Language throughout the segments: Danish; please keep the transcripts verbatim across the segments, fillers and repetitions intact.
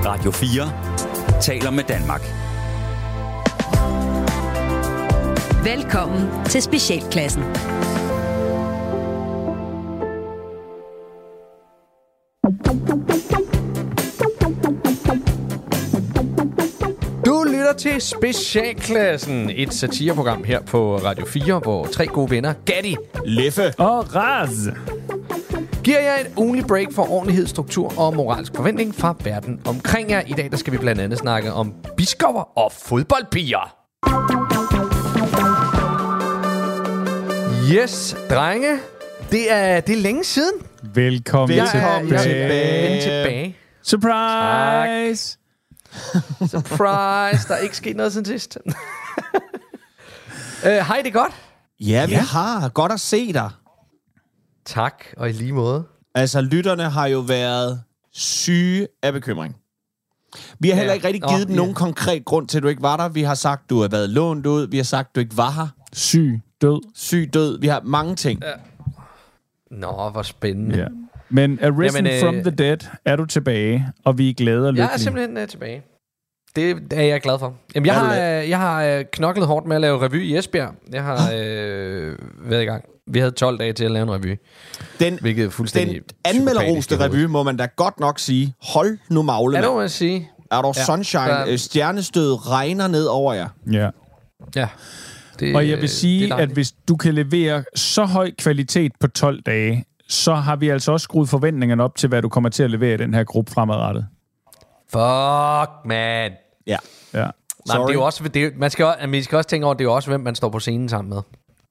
Radio fire taler med Danmark. Velkommen til Specialklassen. Du lytter til Specialklassen, et satireprogram her på Radio fire, hvor tre gode venner, Gatti, Leffe og Raz, giver jer et ugenligt break for ordentlighed, struktur og moralsk forventning fra verden omkring jer. I dag der skal vi blandt andet snakke om biskopper og fodboldpiger. Yes, drenge. Det er, det er længe siden. Velkommen, Velkommen tilbage. tilbage. tilbage. Surprise! Surprise. Der er ikke sket noget siden sidst. uh, hej, det er godt. Ja, vi Ja. har. Godt at se dig. Tak, og i lige måde. Altså, lytterne har jo været syge af bekymring. Vi har heller Ja. ikke rigtig Nå, givet dem ja. nogen konkret grund til, at du ikke var der. Vi har sagt, du har været lånt ud. Vi har sagt, du ikke var her. Syg, død. Syg, død. Vi har mange ting. Ja. Nå, hvor spændende. Ja. Men Arisen Jamen, øh, from the dead er du tilbage, og vi er glade og lykkelige. Jeg er simpelthen uh, tilbage. Det er jeg glad for. Jamen, jeg Er du har, det? uh, jeg har uh, knoklet hårdt med at lave revy i Esbjerg. Jeg har øh, været i gang. Vi havde tolv dage til at lave en revy. Den, Hvilket er fuldstændig den anmelderroste revy, må man da godt nok sige. Hold nu magle, Ja, det må mand. man sige. Er der Ja. sunshine? Der- Øh, Stjernestød regner ned over jer. Ja. Ja. Det, Og jeg vil øh, sige, det er at dejligt. hvis du kan levere så høj kvalitet på tolv dage, så har vi altså også skruet forventningerne op til, hvad du kommer til at levere i den her gruppe fremadrettet. Fuck, man. Ja. Ja. Nej, men Sorry. det er jo også, det er, man skal, også- man skal også tænke over, det er jo også, hvem man står på scenen sammen med.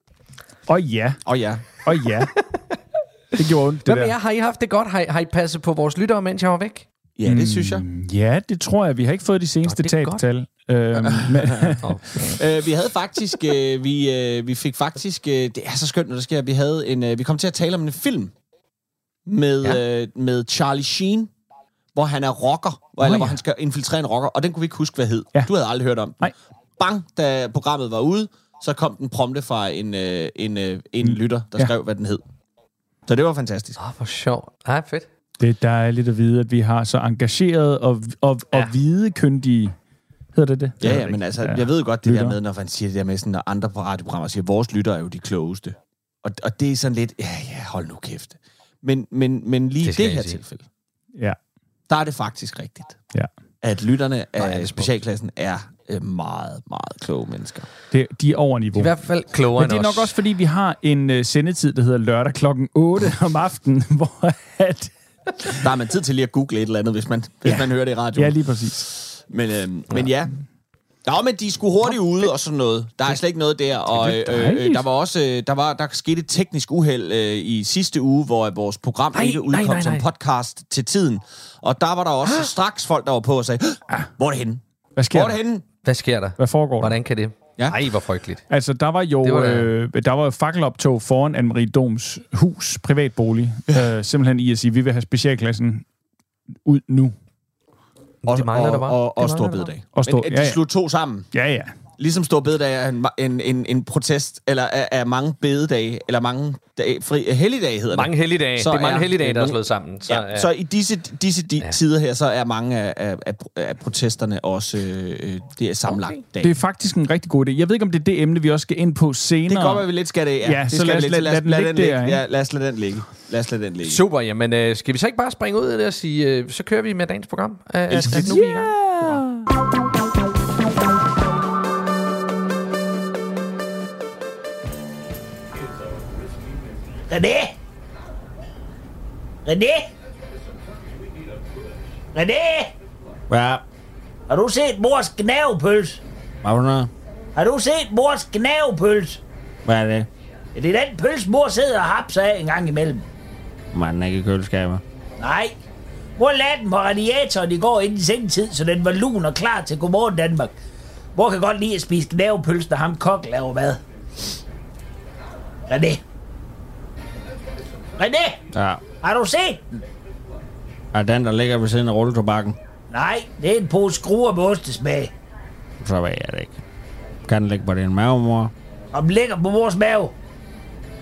Og ja, Og ja. og ja. Det gjorde ondt, det Hvad der. med jer? Har I haft det godt? Har I, har I passet på vores lyttere, mens jeg var væk? Ja, det synes jeg. Mm, Ja, det tror jeg. Vi har ikke fået de seneste Nå, det er godt. tabstal. Øhm, men, Øh, vi havde faktisk, øh, vi, øh, vi fik faktisk, øh, det er så skønt, når der sker, vi havde en, øh, vi kom til at tale om en film med, Ja. øh, med Charlie Sheen, hvor han er rocker, hvor, eller, ja. hvor han skal infiltrere en rocker, og den kunne vi ikke huske, hvad hed. Ja. Du havde aldrig hørt om den. Nej. Bang, da programmet var ude, så kom den prompte fra en, øh, en, øh, en lytter, der Ja. skrev, hvad den hed. Så det var fantastisk. Åh, oh, hvor sjovt. Ej, fedt. det er dejligt at vide, at vi har så engagerede og, og, ja. og videkyndige... Hedder det det? Ja, Det ja, ved men ikke. altså, Ja. jeg ved godt det Lytter. der med, når man siger det der med, sådan, når andre på radioprogrammer siger, vores lytter er jo de klogeste. Og, og det er sådan lidt, ja, ja, hold nu kæft. Men, men, men lige Det det, skal det jeg her sige. tilfælde, Ja. der er det faktisk rigtigt. Ja. At lytterne er det af smukt. specialklassen er øh, meget, meget kloge mennesker. Det, de er over niveau. I hvert fald klogere Men det er end nok os. også, fordi vi har en uh, sendetid, der hedder lørdag klokken otte om aftenen, hvor at... Der har man tid til lige at google et eller andet, hvis man, hvis Ja. man hører det i radioen. Ja, lige præcis. Men, øh, men ja. Nå, men de skulle hurtigt ude og sådan noget. Der er slet ikke noget der. Og øh, øh, dejligt. der var også øh, der var der skete et teknisk uheld øh, i sidste uge, hvor øh, vores program Nej, ikke nej, udkom nej, som nej. podcast til tiden. Og der var der også straks folk, der var på og sagde, hvor er det henne? Hvad sker Hvor er det der? henne? Hvad sker der? Hvad foregår der? Hvordan kan det? Ja. Ej, hvor frygteligt. Altså, der var jo Det var da- øh, der var jo fakkeloptog foran Anne-Marie Doms hus, privatbolig. Ja. Øh, simpelthen i at sige, at vi vil have specialklassen ud nu. Og, Det mangler og, der bare. og, og Det Stor mangler der Bededag. Og Stor- Men, øh, ja, de ja. slog to sammen. Ja, ja. Ligesom Stor Bededag er en, en, en, en protest, eller er, er mange bededage, eller mange dage, fri, helligdage hedder det. Mange helligdage. Så Det er mange er- helligdage, der er øh, slået sammen. Så, Ja, ja. så i disse, disse de Ja. tider her, så er mange af, af, af, af protesterne også øh, det er sammenlagt Okay. dag. Det er faktisk en rigtig god idé. Jeg ved ikke, om det er det emne, vi også skal ind på senere. Det kan godt være, vi lidt skal det. Ja, Ja, det så skal lad vi os lidt. lade- lad den ligge den ligge. der, ikke? Ja, lad os lade den ligge. Lad os lade den ligge. Super, jamen øh, skal vi så ikke bare springe ud af det og sige, øh, så kører vi med dagens program? Øh, at, Elsker at det. nu er vi i gang. René! René! René! Ja, Har du set mors gnavepøls? hvad var noget? Har du set mors gnavepøls? Hvad er det? Ja, det er den pøls, mor sidder og hapser af en gang imellem. Man er ikke i køleskabet. Nej. Mor lagde den på radiatoren i går inden sengetid, så den var lun og klar til Godmorgen Danmark. Mor kan godt lide at spise gnavepøls, når ham kok laver mad. René. René, Ja. har du set den? Er den, der ligger ved siden af rulletobakken? Nej, det er en pose skruer med ostesmag. Så ved jeg det ikke. Kan den ligge på din mave, mor? Og den ligger på mors mave.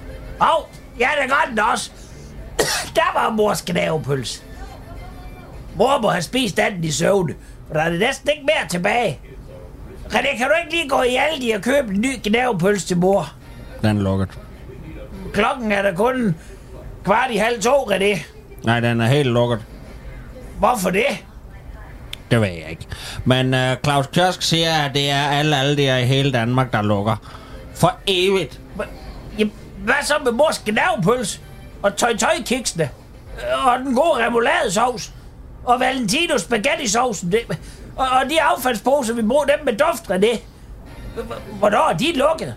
Hov, ja, det gør den også. Der var mors gnavepøls. Mor må have spist anden i søvne, for der er det næsten ikke mere tilbage. René, kan du ikke lige gå i Aldi og købe en ny gnavepølse til mor? Den er lukket. Klokken er der kun kvart i halv to, René. Nej, den er helt lukket. Hvorfor det? Det ved jeg ikke. Men uh, Claus Kiosk siger, at det er alle, alle der i hele Danmark, der lukker. For evigt. Jamen, hvad så med mors gnavepølse? Og tøj-tøj-kiksene? Og den gode remouladesauce? Og Valentino spaghetti-saucen? Og, og de affaldsposer, vi bruger dem med duft, René? Hvornår er de lukket?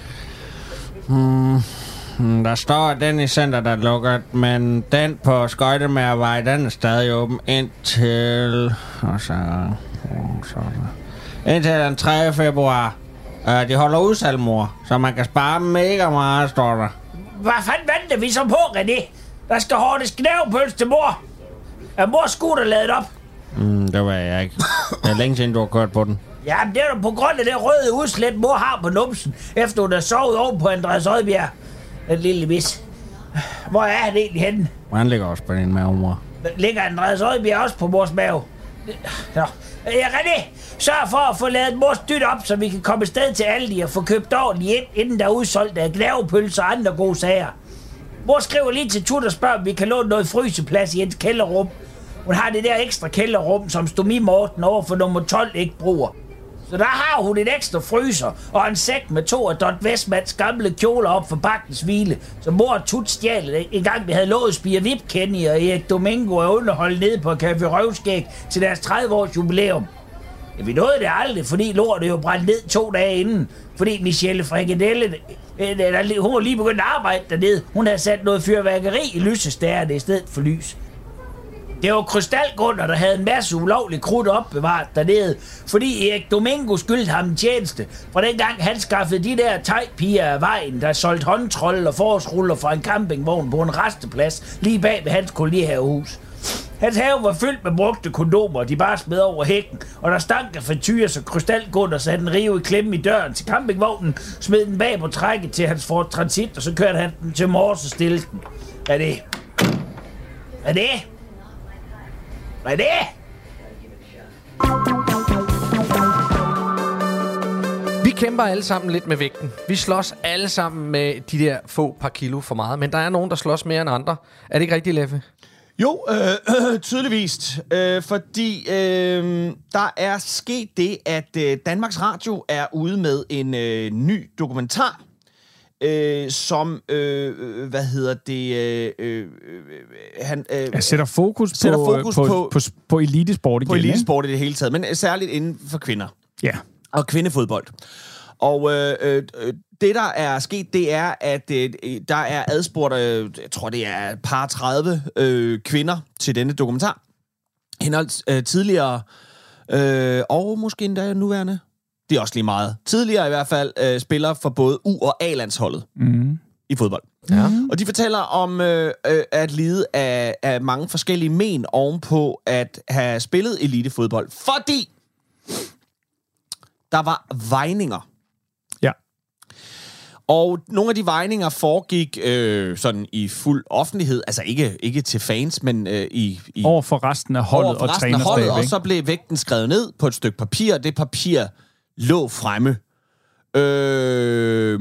Hmm, der står den i center, der er lukket, men den på Skøjtemærvej, den er stadig åben indtil... Og så... så indtil den tredje februar. Uh, de holder udsalg, mor, så man kan spare mega meget, står der. Hvad fanden venter vi så på, René? Der skal hårdes gnavepølse til mor. Er mors scooter ladet op? Mm, det ved jeg ikke. Det er længe siden, du har kørt på den. Jamen, det er da på grund af det røde udslæt, mor har på numsen, efter hun har sovet over på Andreas Højbjerg. Den lille vis. Hvor er han egentlig henne? Han ligger også på din mave, mor. Ligger Andreas Højbjerg også på mors mave? Nå. Ja, René, sørg for at få lavet mors dyt op, så vi kan komme afsted til Aldi og få købt ordentligt ind, inden der er udsolgt af gnavepølser og andre gode sager. Mor skriver lige til Tut og spørger, om vi kan låne noget fryseplads i et kælderrum. Hun har det der ekstra kælderrum, som Stomi Morten over for nummer tolv ikke bruger. Så der har hun en ekstra fryser og en sæk med to af Dot Westmans gamle kjoler op for bakkens hvile, så mor og Tut stjal en gang vi havde lovet Spire Vip, Kenny og Erik Domingo at underholde nede på Café Røvskæg til deres tredive års jubilæum. Ja, vi nåede det aldrig, fordi lortet jo brændte ned to dage inden, fordi Michelle Frikadelle, hun var lige begyndt at arbejde dernede. Hun havde sat noget fyrværkeri i lysestærerne i stedet for lys. Det var Krystalgunder, der havde en masse ulovlig krudt opbevaret dernede, fordi Erik Domingo skyldte ham en tjeneste, fra dengang han skaffede de der tegpiger af vejen, der solgte håndtrolde og forårsruller fra en campingvogn på en resteplads lige bag ved hans kolonihavehus. Hans have var fyldt med brugte kondomer, de bare smed over hækken, og der stank af frityre, så Krystalgunder satte en rive i klemme i døren til campingvognen, smed den bag på trækket til hans Ford Transit, og så kørte han den til Mors og stillede den. Hvad er det? Hvad er det? Hvad er det? Vi kæmper alle sammen lidt med vægten. Vi slås alle sammen med de der få par kilo for meget. Men der er nogen, der slås mere end andre. Er det ikke rigtigt, Leffe? Jo, øh, øh, tydeligvis. Øh, fordi øh, der er sket det, at øh, Danmarks Radio er ude med en øh, ny dokumentar, øh, som, øh, hvad hedder det, øh, øh, han... Øh, Jeg sætter fokus, sætter på, fokus på, på, på, på, på elitesport igen. På elitesport i det hele taget, men særligt inden for kvinder. Ja. Og kvindefodbold. Og øh, øh, det, der er sket, det er, at øh, der er adspurgt, øh, jeg tror, det er et par tredive øh, kvinder til denne dokumentar. Henholds øh, tidligere, øh, og måske endda nuværende. Det er også lige meget. Tidligere i hvert fald øh, spiller for både U- og A-landsholdet mm. i fodbold. Ja. Og de fortæller om øh, øh, at lide af, af mange forskellige men ovenpå at have spillet elitefodbold. Fordi der var vejninger. Ja. Og nogle af de vejninger foregik øh, sådan i fuld offentlighed. Altså ikke, ikke til fans, men øh, i, i... Over for resten af holdet og trænerstab. Og så blev vægten skrevet ned på et stykke papir, og det papir lå fremme. Øh,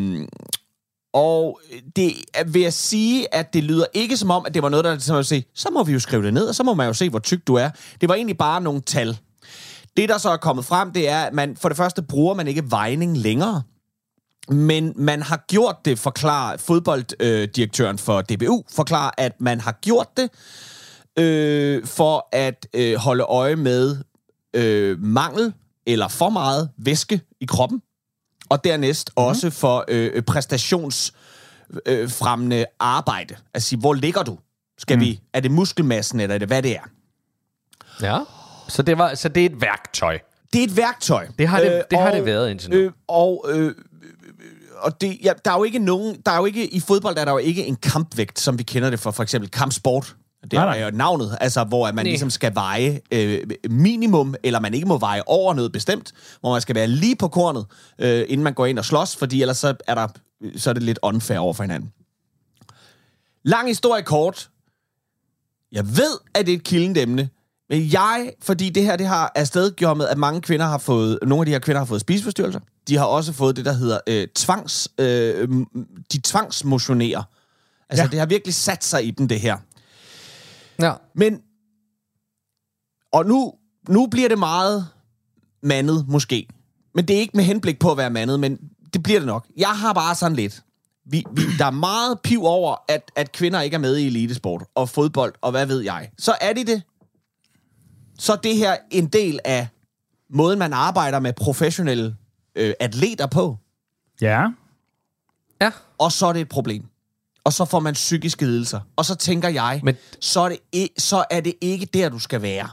og det vil jeg sige, at det lyder ikke som om, at det var noget, der som at sige, så må vi jo skrive det ned, og så må man jo se, hvor tyk du er. Det var egentlig bare nogle tal. Det, der så er kommet frem, det er, at man for det første bruger man ikke vejning længere, men man har gjort det, forklarer fodbolddirektøren for D B U, forklarer, at man har gjort det øh, for at øh, holde øje med øh, mangel eller for meget væske i kroppen, og dernæst mm. også for øh, præstationsfremmende øh, arbejde. Altså, hvor ligger du? Skal mm. vi? Er det muskelmassen, eller er det hvad det er? Ja. Så det, var, så det er et værktøj. Det er et værktøj. Det har det, øh, det, har og, det været indtil nu. Øh, og øh, og det, ja, der er jo ikke nogen, der er jo ikke i fodbold er der jo ikke en kampvægt, som vi kender det for for eksempel kampsport. Det er jo navnet, altså hvor man Nej. ligesom skal veje øh, minimum, eller man ikke må veje over noget bestemt, hvor man skal være lige på kornet, øh, inden man går ind og slås, fordi ellers så er der så er det lidt unfair over for hinanden. Lang historie kort. Jeg ved, at det er et kildent emne. Men jeg, fordi det her det har afstedgjort med, at mange kvinder har fået, nogle af de her kvinder har fået spiseforstyrrelser. De har også fået det, der hedder øh, tvangs, øh, de tvangsmotionerer. Altså, ja. Det har virkelig sat sig i dem, det her. Ja. Men, og nu, nu bliver det meget mandet, måske. Men det er ikke med henblik på at være mandet, men det bliver det nok. Jeg har bare sådan lidt. Vi, vi, der er meget piv over, at, at kvinder ikke er med i elitesport og fodbold, og hvad ved jeg. Så er de det. Så er det her en del af måden, man arbejder med professionelle øh, atleter på. Ja. Ja. Og så er det et problem. Og så får man psykiske lidelser. Og så tænker jeg, men så er det, så er det ikke der, du skal være.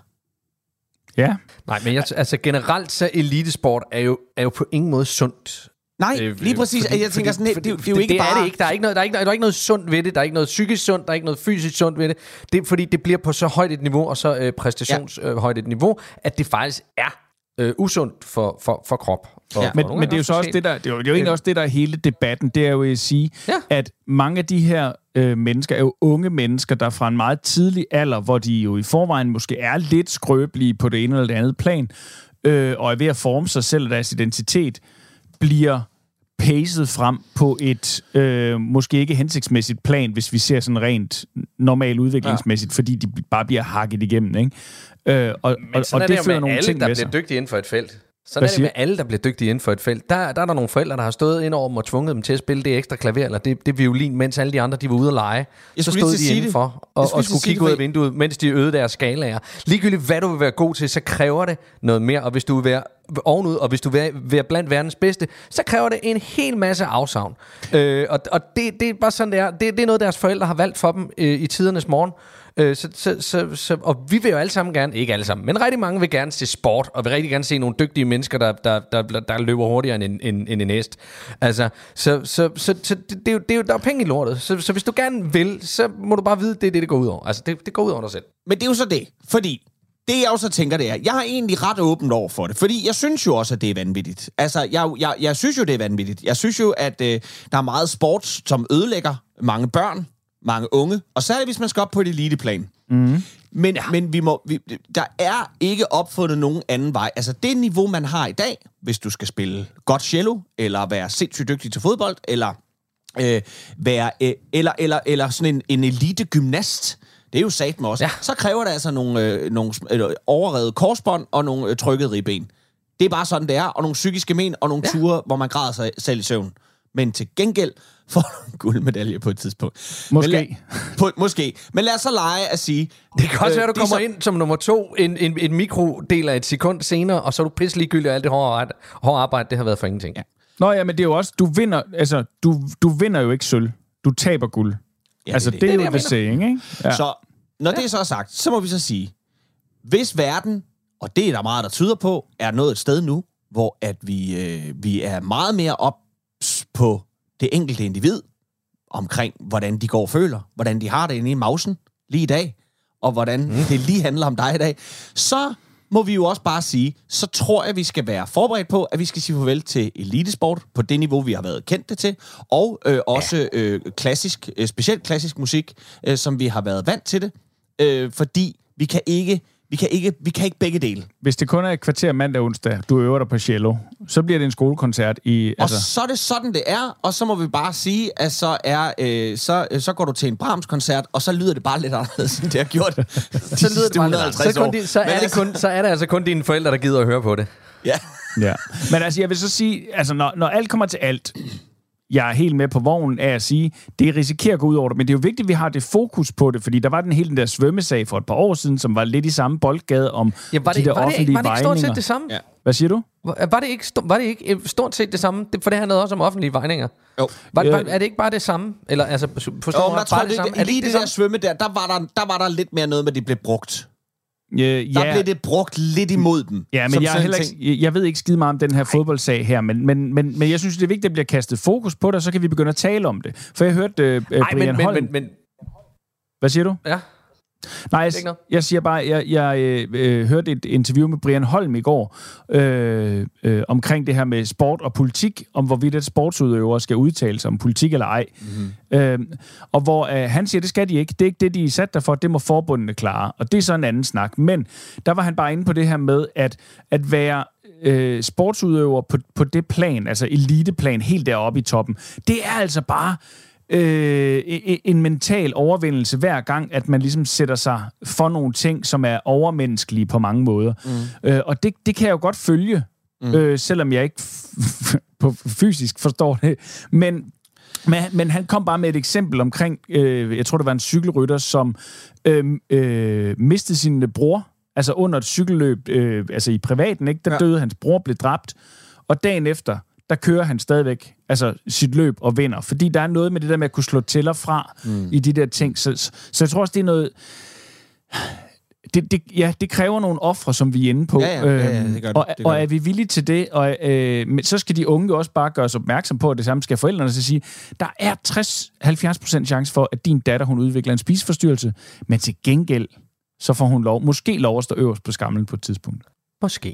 Ja. Nej, men jeg, altså generelt så elitesport er jo, er jo på ingen måde sundt. Nej, øh, lige præcis. Fordi, jeg tænker sådan, fordi, det, det, det er jo ikke det bare... Er det ikke. Der er ikke, noget, der, er ikke, der er ikke noget sundt ved det. Der er ikke noget psykisk sundt. Der er ikke noget fysisk sundt ved det. Det er fordi, det bliver på så højt et niveau, og så øh, præstationshøjt ja. øh, et niveau, at det faktisk er øh, usundt for, for, for krop. Og, ja. Men, men det er jo så også det, der... Det er jo, det er jo egentlig også det, der er hele debatten. Det er jo at sige, ja. at mange af de her øh, mennesker er jo unge mennesker, der fra en meget tidlig alder, hvor de jo i forvejen måske er lidt skrøbelige på det ene eller det andet plan, øh, og er ved at forme sig selv og deres identitet, bliver pacet frem på et øh, måske ikke hensigtsmæssigt plan, hvis vi ser sådan rent normalt udviklingsmæssigt, ja. fordi de bare bliver hakket igennem, ikke? Øh, og, Men sådan og, og det fører nogle alle, ting der med bliver sig. dygtige inden for et felt. Sådan er det med alle, der bliver dygtige inden for et felt. Der, der er der nogle forældre, der har stået ind over dem og tvunget dem til at spille det ekstra klaver, eller det, det violin, mens alle de andre, de var ude at lege. Så stod de indenfor og, og skulle kigge ud af vinduet, mens de øvede deres skalaer. Ligegyldigt hvad du vil være god til, så kræver det noget mere, og hvis du vil være ovenud, og hvis du vil være blandt verdens bedste, så kræver det en hel masse afsavn. Øh, og og det, det er bare sådan, det er. Det, det er noget, deres forældre har valgt for dem øh, i tidernes morgen. Øh, så, så, så, så, og vi vil jo alle sammen gerne, ikke alle sammen, men rigtig mange vil gerne se sport, og vil rigtig gerne se nogle dygtige mennesker, der, der, der, der løber hurtigere end en, en, end en hest. Altså, så, så, så, så det, det, er jo, det er jo, der er penge i lortet. Så, så hvis du gerne vil, så må du bare vide, det er det, det går ud over. Altså, det, det går ud over dig selv. Men det er jo så det, fordi det jeg også tænker, det er, jeg har egentlig ret åbent over for det, fordi jeg synes jo også, at det er vanvittigt. Altså, jeg, jeg, jeg synes jo, det er vanvittigt. Jeg synes jo, at øh, der er meget sport, som ødelægger mange børn, mange unge, og særligt hvis man skal op på et eliteplan. Mm. Men, ja. men vi må, vi, der er ikke opfundet nogen anden vej. Altså det niveau, man har i dag, hvis du skal spille godt cello, eller være sindssygt dygtig til fodbold, eller øh, være øh, eller, eller, eller sådan en, en elite-gymnast, det er jo satme også. Ja. Så kræver det altså nogle, øh, nogle øh, overrevede korsbånd og nogle øh, trykkede ribben. Det er bare sådan, det er. Og nogle psykiske men og nogle ja. ture, hvor man græder sig selv i søvn. Men til gengæld får du en guldmedalje på et tidspunkt. Måske. Men la- på, måske. Men lad os så lege at sige... Det kan også øh, være, du kommer så... ind som nummer to, en, en, en mikrodel af et sekund senere, og så er du pisselig gyldig, og alt det hårde arbejde, hårde arbejde, det har været for ingenting. Ja. Nå ja, men det er jo også, du vinder, altså, du, du vinder jo ikke sølv. Du taber guld. Ja, altså, det, det, det er det, jo det saying, ikke? Ja. Så når ja. det er så sagt, så må vi så sige, hvis verden, og det er der meget, der tyder på, er nået et sted nu, hvor at vi, øh, vi er meget mere op på det enkelte individ, omkring hvordan de går og føler, hvordan de har det inde i mausen lige i dag, og hvordan mm. det lige handler om dig i dag, så må vi jo også bare sige, så tror jeg, vi skal være forberedt på, at vi skal sige farvel til elitesport på det niveau, vi har været kendt det til, og øh, også øh, klassisk, øh, specielt klassisk musik, øh, som vi har været vant til det, øh, fordi vi kan ikke Vi kan ikke, vi kan ikke begge dele. Hvis det kun er et kvarter mandag og onsdag, du øver dig på cello, så bliver det en skolekoncert i... Altså... Og så er det sådan, det er, og så må vi bare sige, at så, er, øh, så, så går du til en Brahms-koncert, og så lyder det bare lidt anderledes, end det har gjort de så lyder det bare lidt så, kun de, så, er det kun, så er det altså kun dine forældre, der gider at høre på det. Ja. ja. Men altså, jeg vil så sige, altså, når, når alt kommer til alt... Jeg er helt med på vognen af at sige, det risikerer at gå ud over det, men det er jo vigtigt, at vi har det fokus på det, fordi der var den hele den der svømmesag for et par år siden, som var lidt i samme boldgade om ja, var det, de der var offentlige vejninger. Var det ikke stort set det samme? Ja. Hvad siger du? Var, var, det ikke, var det ikke stort set det samme? For det handlede også om offentlige vejninger. Jo. Var, var, er det ikke bare det samme? Eller altså, forstår jo, mig, bare det, det samme? Det, lige det, det der svømme der, der var der, der var der lidt mere noget med, det blev brugt. Ja, der ja. blev det brugt lidt imod dem. Ja, men jeg, heller ikke, jeg ved ikke skide meget om den her fodboldsag her, men, men, men, men jeg synes, det er vigtigt, at der bliver kastet fokus på det, og så kan vi begynde at tale om det. For jeg hørte uh, Brian men, Holm... Men, men, Hvad siger du? Ja. Nej, jeg, jeg siger bare, jeg, jeg øh, hørte et interview med Brian Holm i går øh, øh, omkring det her med sport og politik, om hvorvidt et sportsudøver skal udtale sig om politik eller ej. Mm-hmm. Øh, og hvor øh, han siger, det skal de ikke. Det er ikke det, de er sat der for. Det må forbundene klare. Og det er så en anden snak. Men der var han bare inde på det her med, at, at være øh, sportsudøver på, på det plan, altså eliteplan, helt deroppe i toppen, det er altså bare Øh, en mental overvindelse hver gang, at man ligesom sætter sig for nogle ting, som er overmenneskelige på mange måder. Mm. Øh, og det, det kan jeg jo godt følge, mm. øh, selvom jeg ikke f- på fysisk forstår det. Men, men, men han kom bare med et eksempel omkring, øh, jeg tror det var en cykelrytter, som øh, øh, mistede sin bror, altså under et cykelløb, øh, altså i privaten, ikke? Der ja. døde hans bror, blev dræbt, og dagen efter der kører han stadigvæk altså sit løb og vinder. Fordi der er noget med det der med at kunne slå tæller fra mm. i de der ting. Så, så jeg tror også, det er noget... Det, det, ja, det kræver nogle ofre, som vi er inde på. Ja, ja, ja, ja, det gør det. Og, det gør og er vi villige til det? Og øh, så skal de unge også bare gøre sig opmærksom på, at det samme skal forældrene så sige, der er tres til halvfjerds procent chance for, at din datter, hun udvikler en spiseforstyrrelse, men til gengæld, så får hun lov, måske lov at stå øverst på skamlen på et tidspunkt. Måske.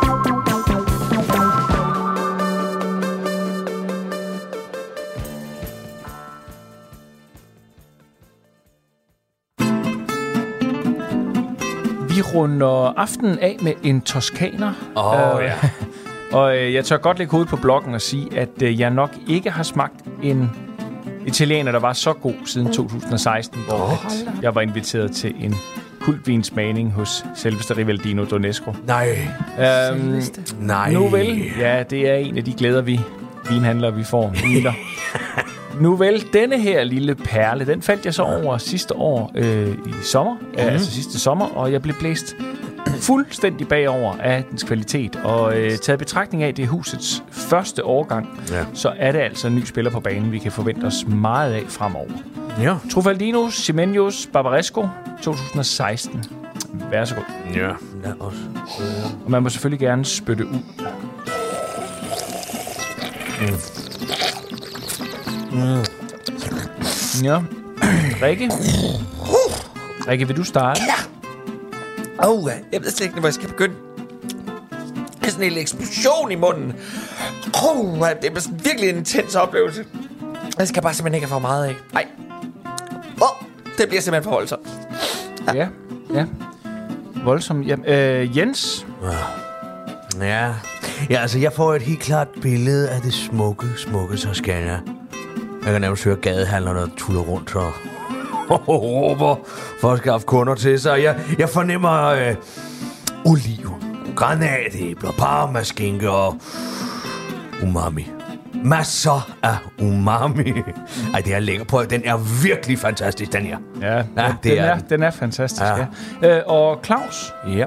Vi runder aftenen af med en toskaner. Åh, oh, ja. Og øh, jeg tør godt lægge hovedet på blokken og sige, at øh, jeg nok ikke har smagt en italiener, der var så god siden to tusind og seksten, hvor oh, jeg var inviteret til en kultvinsmagning hos selveste Rivaldino Donesco. Nej. Øhm, Nej. Nu vel, ja, det er en af de glæder, vi vinhandlere, vi får. Nu vel, denne her lille perle, den faldt jeg så over sidste år øh, i sommer, mm-hmm. altså sidste sommer, og jeg blev blæst fuldstændig bagover af dens kvalitet. Og øh, taget betragtning af, det er husets første årgang, ja. Så er det altså en ny spiller på banen, vi kan forvente os meget af fremover. Ja. Trufaldino, Ximeños, Barbaresco, to tusind og seksten. Vær så god. Ja, lad os. Og man må selvfølgelig gerne spytte ud. Mm. Mm. Ja. Rikke? Rikke, vil du starte? Ja. Åh, oh, jeg ved slet ikke, hvor jeg skal begynde. Det er sådan en eksplosion i munden. Oh, det er sådan virkelig en intens oplevelse. Jeg skal bare simpelthen ikke have for meget af. Nej. Åh, oh, det bliver simpelthen for voldsomt. Ja, ja. ja. Voldsomt. Ja. Øh, Jens? Ja. Ja, altså, jeg får et helt klart billede af det smukke, smukke Toskana. Jeg kan nærmest høre gadehandlerne, der tuller rundt og råber for at skaffe kunder til sig. Jeg, jeg fornemmer øh, oliven, granatæbler, parmaskinke og umami. Masser af umami. Ej, det er lækker på. Den er virkelig fantastisk, den her. Ja, ja det den, er, er den. den er fantastisk, ja. ja. Øh, og Claus? Ja.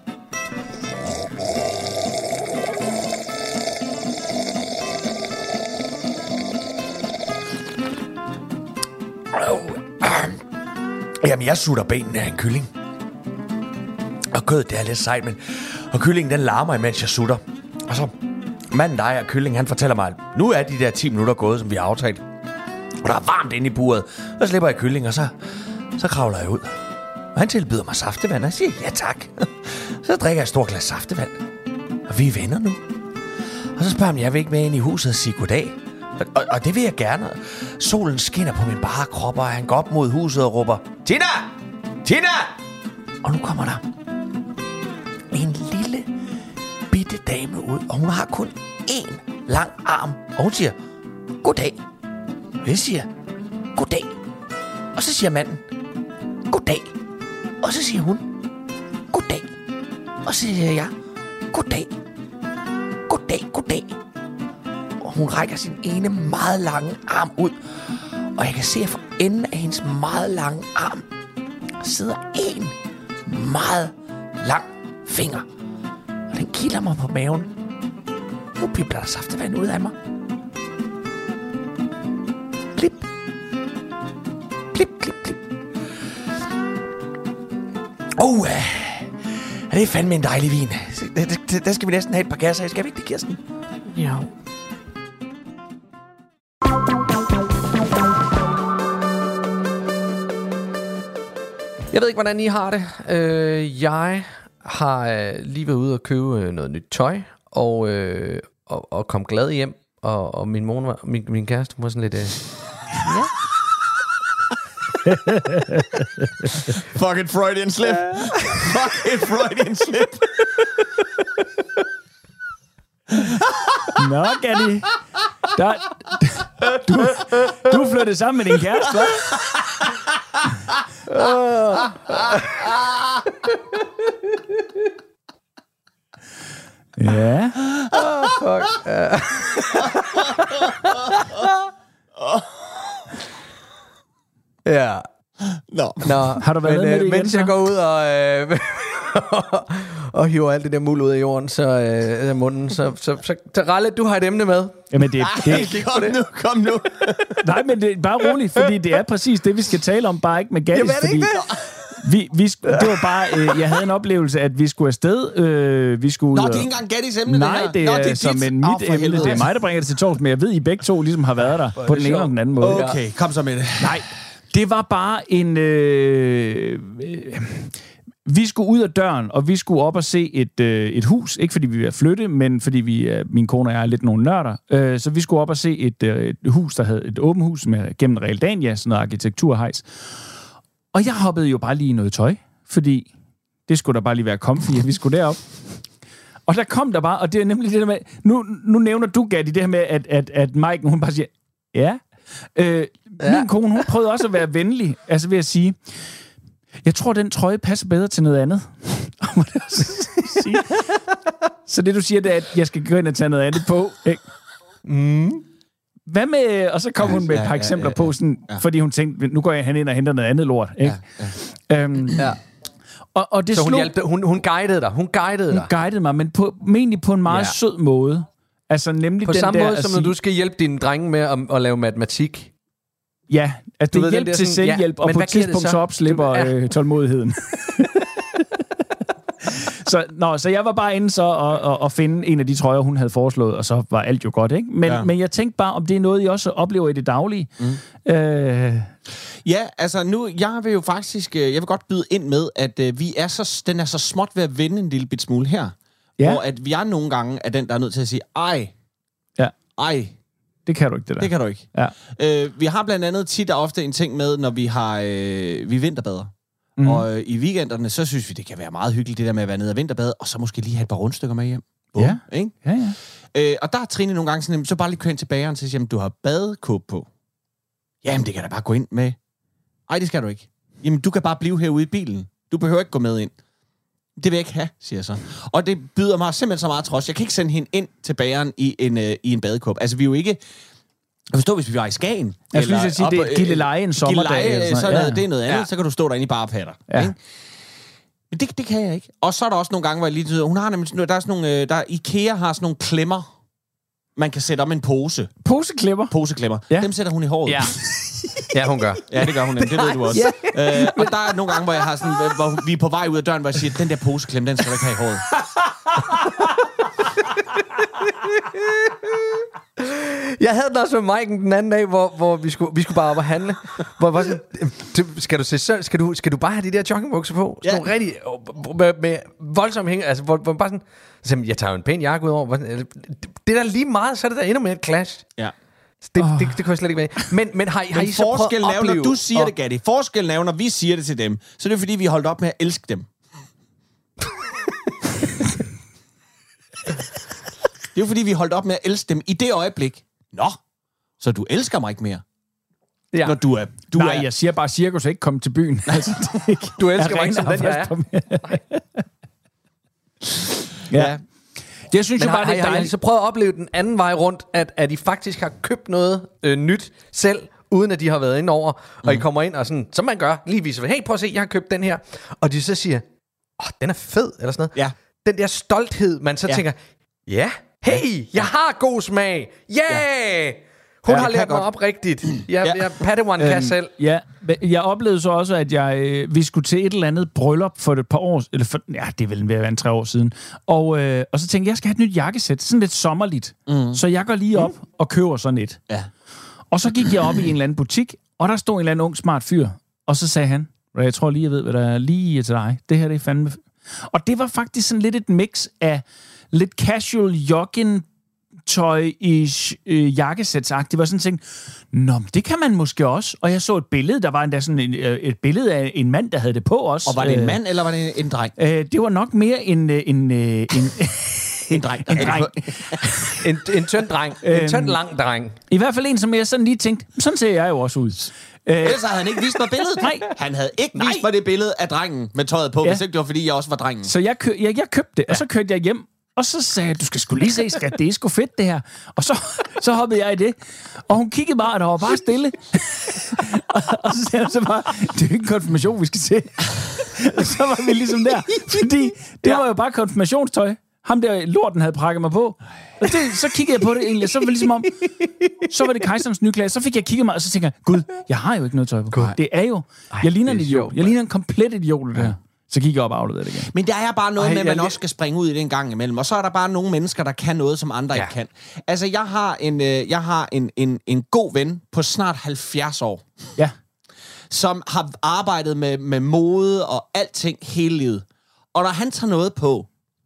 Jamen, jeg sutter benene af en kylling. Og kødet, det er lidt sejt, men... Og kyllingen, den larmer, imens jeg sutter. Og så... Manden, der ejer kyllingen, han fortæller mig, at nu er de der ti minutter gået, som vi har aftalt. Og der er varmt inde i buret. Så slipper jeg kyllingen, og så... Så kravler jeg ud. Og han tilbyder mig saftevand, og jeg siger, ja tak. Så drikker jeg et stort glas saftevand. Og vi er venner nu. Og så spørger han, jeg vil ikke med ind i huset og sige goddag. Og, og, og det vil jeg gerne. Solen skinner på min bare krop, og han går op mod huset og råber, Tina! Tina! Og nu kommer der en lille bitte dame ud, og hun har kun én lang arm. Og hun siger, goddag. Og jeg siger, goddag. Og så siger manden, goddag. Og så siger hun, goddag. Og så siger jeg, goddag. Goddag, goddag. Og hun rækker sin ene meget lange arm ud. Og jeg kan se, at for enden af hendes meget lange arm sidder en meget lang finger. Og den kilder mig på maven. Nu pipler der saftevand ud af mig. Klip. Klip, klip, klip. Oh, uh, det er fandme en dejlig vin. Der skal vi næsten have et par kasser af. Skal vi ikke det, Kirsten? Ja. Jeg ved ikke, hvordan I har det. Øh, jeg har øh, lige været ude og købe øh, noget nyt tøj, og, øh, og, og kom glad hjem, og, og min mor var, min, min kæreste var sådan lidt... Øh, ja. Fucking Freudian slip. Fucking Freudian slip. Nå, Gatti. Der, du, du flyttede sammen med din kæreste, hva'? Ja. Oh, fuck. Uh. Ja. Nå. Nå. Har du været men, med det igen, mens jeg så? går ud og, øh, og hiver alt det der muld ud af jorden, så øh, munden, så, så, så, så Ralle, du har et emne med. Jamen, det, det, Ej, kom nu, kom nu. Nej, men det er bare roligt, fordi det er præcis det, vi skal tale om, bare ikke med Gattis. Jamen, er det ikke det? Vi, vi, det var bare, øh, jeg havde en oplevelse, at vi skulle afsted. Øh, vi skulle Nå, ud det er og... ikke engang Gattis emne, Nej, det her. det er, Nå, det er som dit. en mit Åh, for emne. helvede. Det er mig, der bringer det til tors, men jeg ved, I begge to ligesom har været der på den ene og den anden måde. Okay, kom så med det. Nej, det var bare en... Øh, øh, vi skulle ud af døren, og vi skulle op og se et, øh, et hus. Ikke fordi vi ville flytte, men fordi vi, øh, min kone og jeg er lidt nogle nørder. Øh, så vi skulle op og se et, øh, et hus, der havde et åbent hus med gennem Realdania, sådan noget arkitekturhejs. Og jeg hoppede jo bare lige i noget tøj, fordi det skulle da bare lige være comfy, at vi skulle derop. Og der kom der bare, og det er nemlig det der med... Nu, nu nævner du, Gatti, det her med, at, at, at Mike, hun bare siger, ja... Øh, ja. Min kone, hun prøvede også at være venlig, altså ved at sige, jeg tror, den trøje passer bedre til noget andet. Så det, du siger, det er, at jeg skal gå ind og tage noget andet på. Ikke? Mm. Hvad med... Og så kom hun med et par ja, eksempler ja, ja, ja. på, sådan, ja. fordi hun tænkte, nu går jeg hen ind og henter noget andet lort. Ikke? Ja, ja. Øhm, ja. Og, og det så hun, slog, hjalp, hun, hun guidede dig. Hun guidede hun dig. guidede mig, men på, egentlig på en meget ja. sød måde. Altså nemlig på den samme der måde, som sige, når du skal hjælpe dine drenge med at, at lave matematik. Ja, at det er hjælp til sådan, selvhjælp, ja, og på et tidspunkt så, så opslipper du, ja. øh, tålmodigheden. så, nå, så jeg var bare inde så og, og, og finde en af de trøjer, hun havde foreslået, og så var alt jo godt, ikke? Men, ja. men jeg tænkte bare, om det er noget, I også oplever i det daglige. Mm. Øh... Ja, altså nu, jeg vil jo faktisk, jeg vil godt byde ind med, at øh, vi er så, den er så småt ved at vende en lille bit smule her. Ja. Hvor at vi er nogle gange er den, der er nødt til at sige, ej, ja. ej, det kan du ikke, det der. Det kan du ikke. Ja. Øh, vi har blandt andet tit og ofte en ting med, når vi har øh, vi vinterbader. Mm. Og øh, i weekenderne, så synes vi, det kan være meget hyggeligt, det der med at være nede og vinterbade, og så måske lige have et par rundstykker med hjem. Bum, ja. Ikke? Ja, ja. Øh, og der er Trine nogle gange sådan, så bare lige køre ind til bageren og sige, du har badekåb på. Jamen, det kan da bare gå ind med. Ej, det skal du ikke. Jamen, du kan bare blive herude i bilen. Du behøver ikke gå med ind. Det vil jeg ikke have, siger jeg så. Og det byder mig simpelthen så meget trods. Jeg kan ikke sende hende ind til bageren i en, øh, i en badekåb. Altså, vi er jo ikke... Jeg forstår, hvis vi var i Skagen. Jeg skulle lige sige, det er Gilleleje en sommerdag. Gilleleje, så ja. det er noget andet. Ja. Så kan du stå derinde i bare patter. Ja. Ikke? Men det, det kan jeg ikke. Og så er der også nogle gange, hvor jeg lige... Hun har nemlig... Der er sådan nogle... Der, IKEA har sådan nogle klemmer, man kan sætte om en pose. Poseklemmer? Poseklemmer. Ja. Dem sætter hun i håret. Ja. Ja, hun gør. Ja, det gør hun nemlig. Det ved du også. Ja. Øh, og der er nogle gange, hvor jeg har sådan... Hvor vi er på vej ud af døren, hvor jeg siger, den der poseklem, den skal du ikke have i håret. Jeg havde den også med Mike'en den anden dag, hvor, hvor vi, skulle, vi skulle bare op og handle. Hvor var sådan, skal du se, skal du, skal du bare have de der joggingbukser på? Sådan nogle rigtig med, med voldsomme hænger, altså hvor, hvor bare sådan, så jeg tager jo en pæn jakke ud over. Det er der lige meget, så er det der endnu mere et clash. Ja. Det, oh. det, det, det kunne jeg slet ikke være. Men, men har, har I så prøvet at opleve... Når du siger og... det, Gatti, forskellen er, når vi siger det til dem, så er det fordi, vi holdt op med at elske dem. Det er jo fordi, vi holdt op med at elske dem i det øjeblik. Nå, så du elsker mig ikke mere. Ja. Når du er... Du Nej, er... jeg siger bare, cirkus er ikke kommet til byen. Altså, ikke, du elsker mig ikke som den, jeg er. Ja. ja. Jeg synes men jo bare, har, det er har, har I så prøvet at opleve den anden vej rundt, at, at I faktisk har købt noget øh, nyt selv, uden at de har været inde over, og mm. I kommer ind og sådan, som man gør, lige viser, hey, prøv at se, jeg har købt den her. Og de så siger, åh, oh, den er fed, eller sådan noget. Ja. Den der stolthed, man så ja. tænker, ja, hey, jeg har god smag. Yeah! Ja. Hun ja, har lært mig op rigtigt. Jeg, ja. jeg Padawan øhm, kan selv. Ja, jeg oplevede så også, at jeg, øh, vi skulle til et eller andet bryllup for et par år, eller for, ja, det er vel ved at være en tre år siden. Og, øh, og så tænkte jeg, jeg skal have et nyt jakkesæt, sådan lidt sommerligt. Mm. Så jeg går lige op mm. og køber sådan et. Ja. Og så gik jeg op i en eller anden butik, og der stod en eller anden ung smart fyr, og så sagde han, Jeg tror lige, jeg ved, hvad der er lige til dig. Det her, det er fandme... Og det var faktisk sådan lidt et mix af lidt casual jogging tøj-ish øh, jakkesætsagt. Det var sådan ting, nå, det kan man måske også. Og jeg så et billede, der var endda sådan en, øh, et billede af en mand, der havde det på også. Og var det en mand, øh, eller var det en, en dreng? Øh, det var nok mere en... Øh, en, øh, en en dreng. En dreng. en, en tynd dreng. En tynd lang dreng. I hvert fald en, som jeg sådan lige tænkte, sådan ser jeg jo også ud. Ellers havde han ikke vist mig billedet. Nej. Han havde ikke Nej. vist mig det billede af drengen med tøjet på, ja. Hvis ikke det var, fordi jeg også var drengen. Så jeg, kø- jeg, jeg købte det, ja. Og så kørte jeg hjem, og så sagde jeg, du skal sgu lige se, skat, det er sgu fedt, det her. Og så, så hoppede jeg i det, og hun kiggede bare, og der var bare stille. og, og så sagde hun så bare, det er jo ikke en konfirmation, vi skal se. Og så var vi ligesom der, fordi det ja. var jo bare konfirmationstøj. Ham der lorten havde prakket mig på. Og det, så kiggede jeg på det egentlig, og så var det ligesom om, så var det kejserens nye klæde. Så fik jeg kigget mig, og så tænkte jeg, gud, jeg har jo ikke noget tøj på. God. Det er jo, Ej, jeg ligner en idiot. Sjovt, jeg ligner en komplet idiot, det her. Så kigger jeg op og afleverer det igen. Men der er bare noget Ej, med, at man jeg... også skal springe ud i det en gang imellem. Og så er der bare nogle mennesker, der kan noget, som andre ja. ikke kan. Altså, jeg har en, øh, jeg har en, en, en god ven på snart halvfjerds år. Ja. Som har arbejdet med, med mode og alting hele livet. Og når han tager noget på,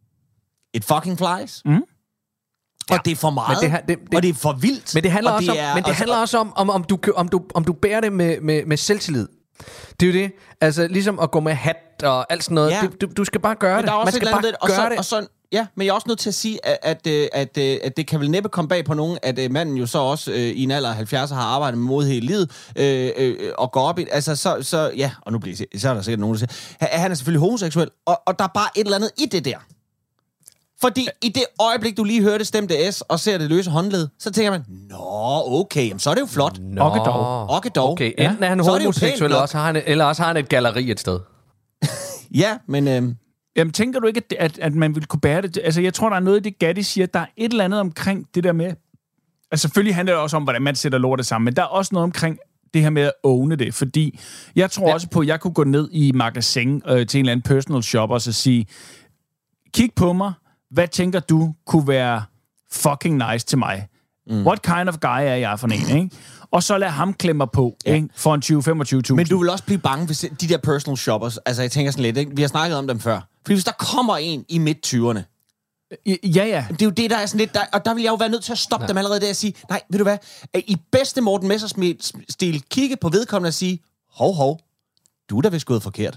it fucking flies. Mm. Og ja. det er for meget, det, det, det, og det er for vildt. Men det handler, også, det om, er, men det handler også om, om, om, du, om, du, om du bærer det med, med, med selvtillid. Det er jo det. Altså, ligesom at gå med hat og alt sådan noget. Ja. Du, du skal bare gøre men det. Man skal bare det, og gøre så, det. Og så, ja, men jeg er også nødt til at sige, at, at, at, at, at det kan vel næppe komme bag på nogen, at uh, manden jo så også uh, i en alder af halvfjerds har arbejdet med mode hele livet, uh, uh, og går op i... Altså, så, så ja, og nu bliver så er der sikkert nogen, der siger, at han er selvfølgelig homoseksuel, og, og der er bare et eller andet i det der. Fordi i det øjeblik, du lige hørte stemte S, og ser det løse håndled, så tænker man, nå, okay, jamen, så er det jo flot. Nå. Okke dog. Okke dog. Okay, enten er han homoseksuel, eller også har han, eller også har han et galleri et sted. Ja, men... Øhm, Jamen, tænker du ikke, at, at, at man ville kunne bære det? Altså, jeg tror, der er noget i det, Gatti siger, der er et eller andet omkring det der med... Altså, selvfølgelig handler det også om, hvordan man sætter lortet sammen, men der er også noget omkring det her med at owne det, fordi jeg tror ja. også på, at jeg kunne gå ned i magasin øh, til en eller anden personal shopper og så sige, kig på mig, hvad tænker du kunne være fucking nice til mig? Mm. What kind of guy er jeg for en, ikke? Og så lad ham klemme mig på, ja. ikke? For en tyve til femogtyve tusind. Men du vil også blive bange, hvis de der personal shoppers, altså jeg tænker sådan lidt, ikke? Vi har snakket om dem før. Fordi hvis der kommer en i midt-tyverne, ja, ja. Det er jo det, der er sådan lidt... Der, og der vil jeg jo være nødt til at stoppe ja. dem allerede der og sige, nej, ved du hvad? I bedste Morten Messerschmidt-stil kigge på vedkommende og sige, hov, hov, du er da vist gået forkert.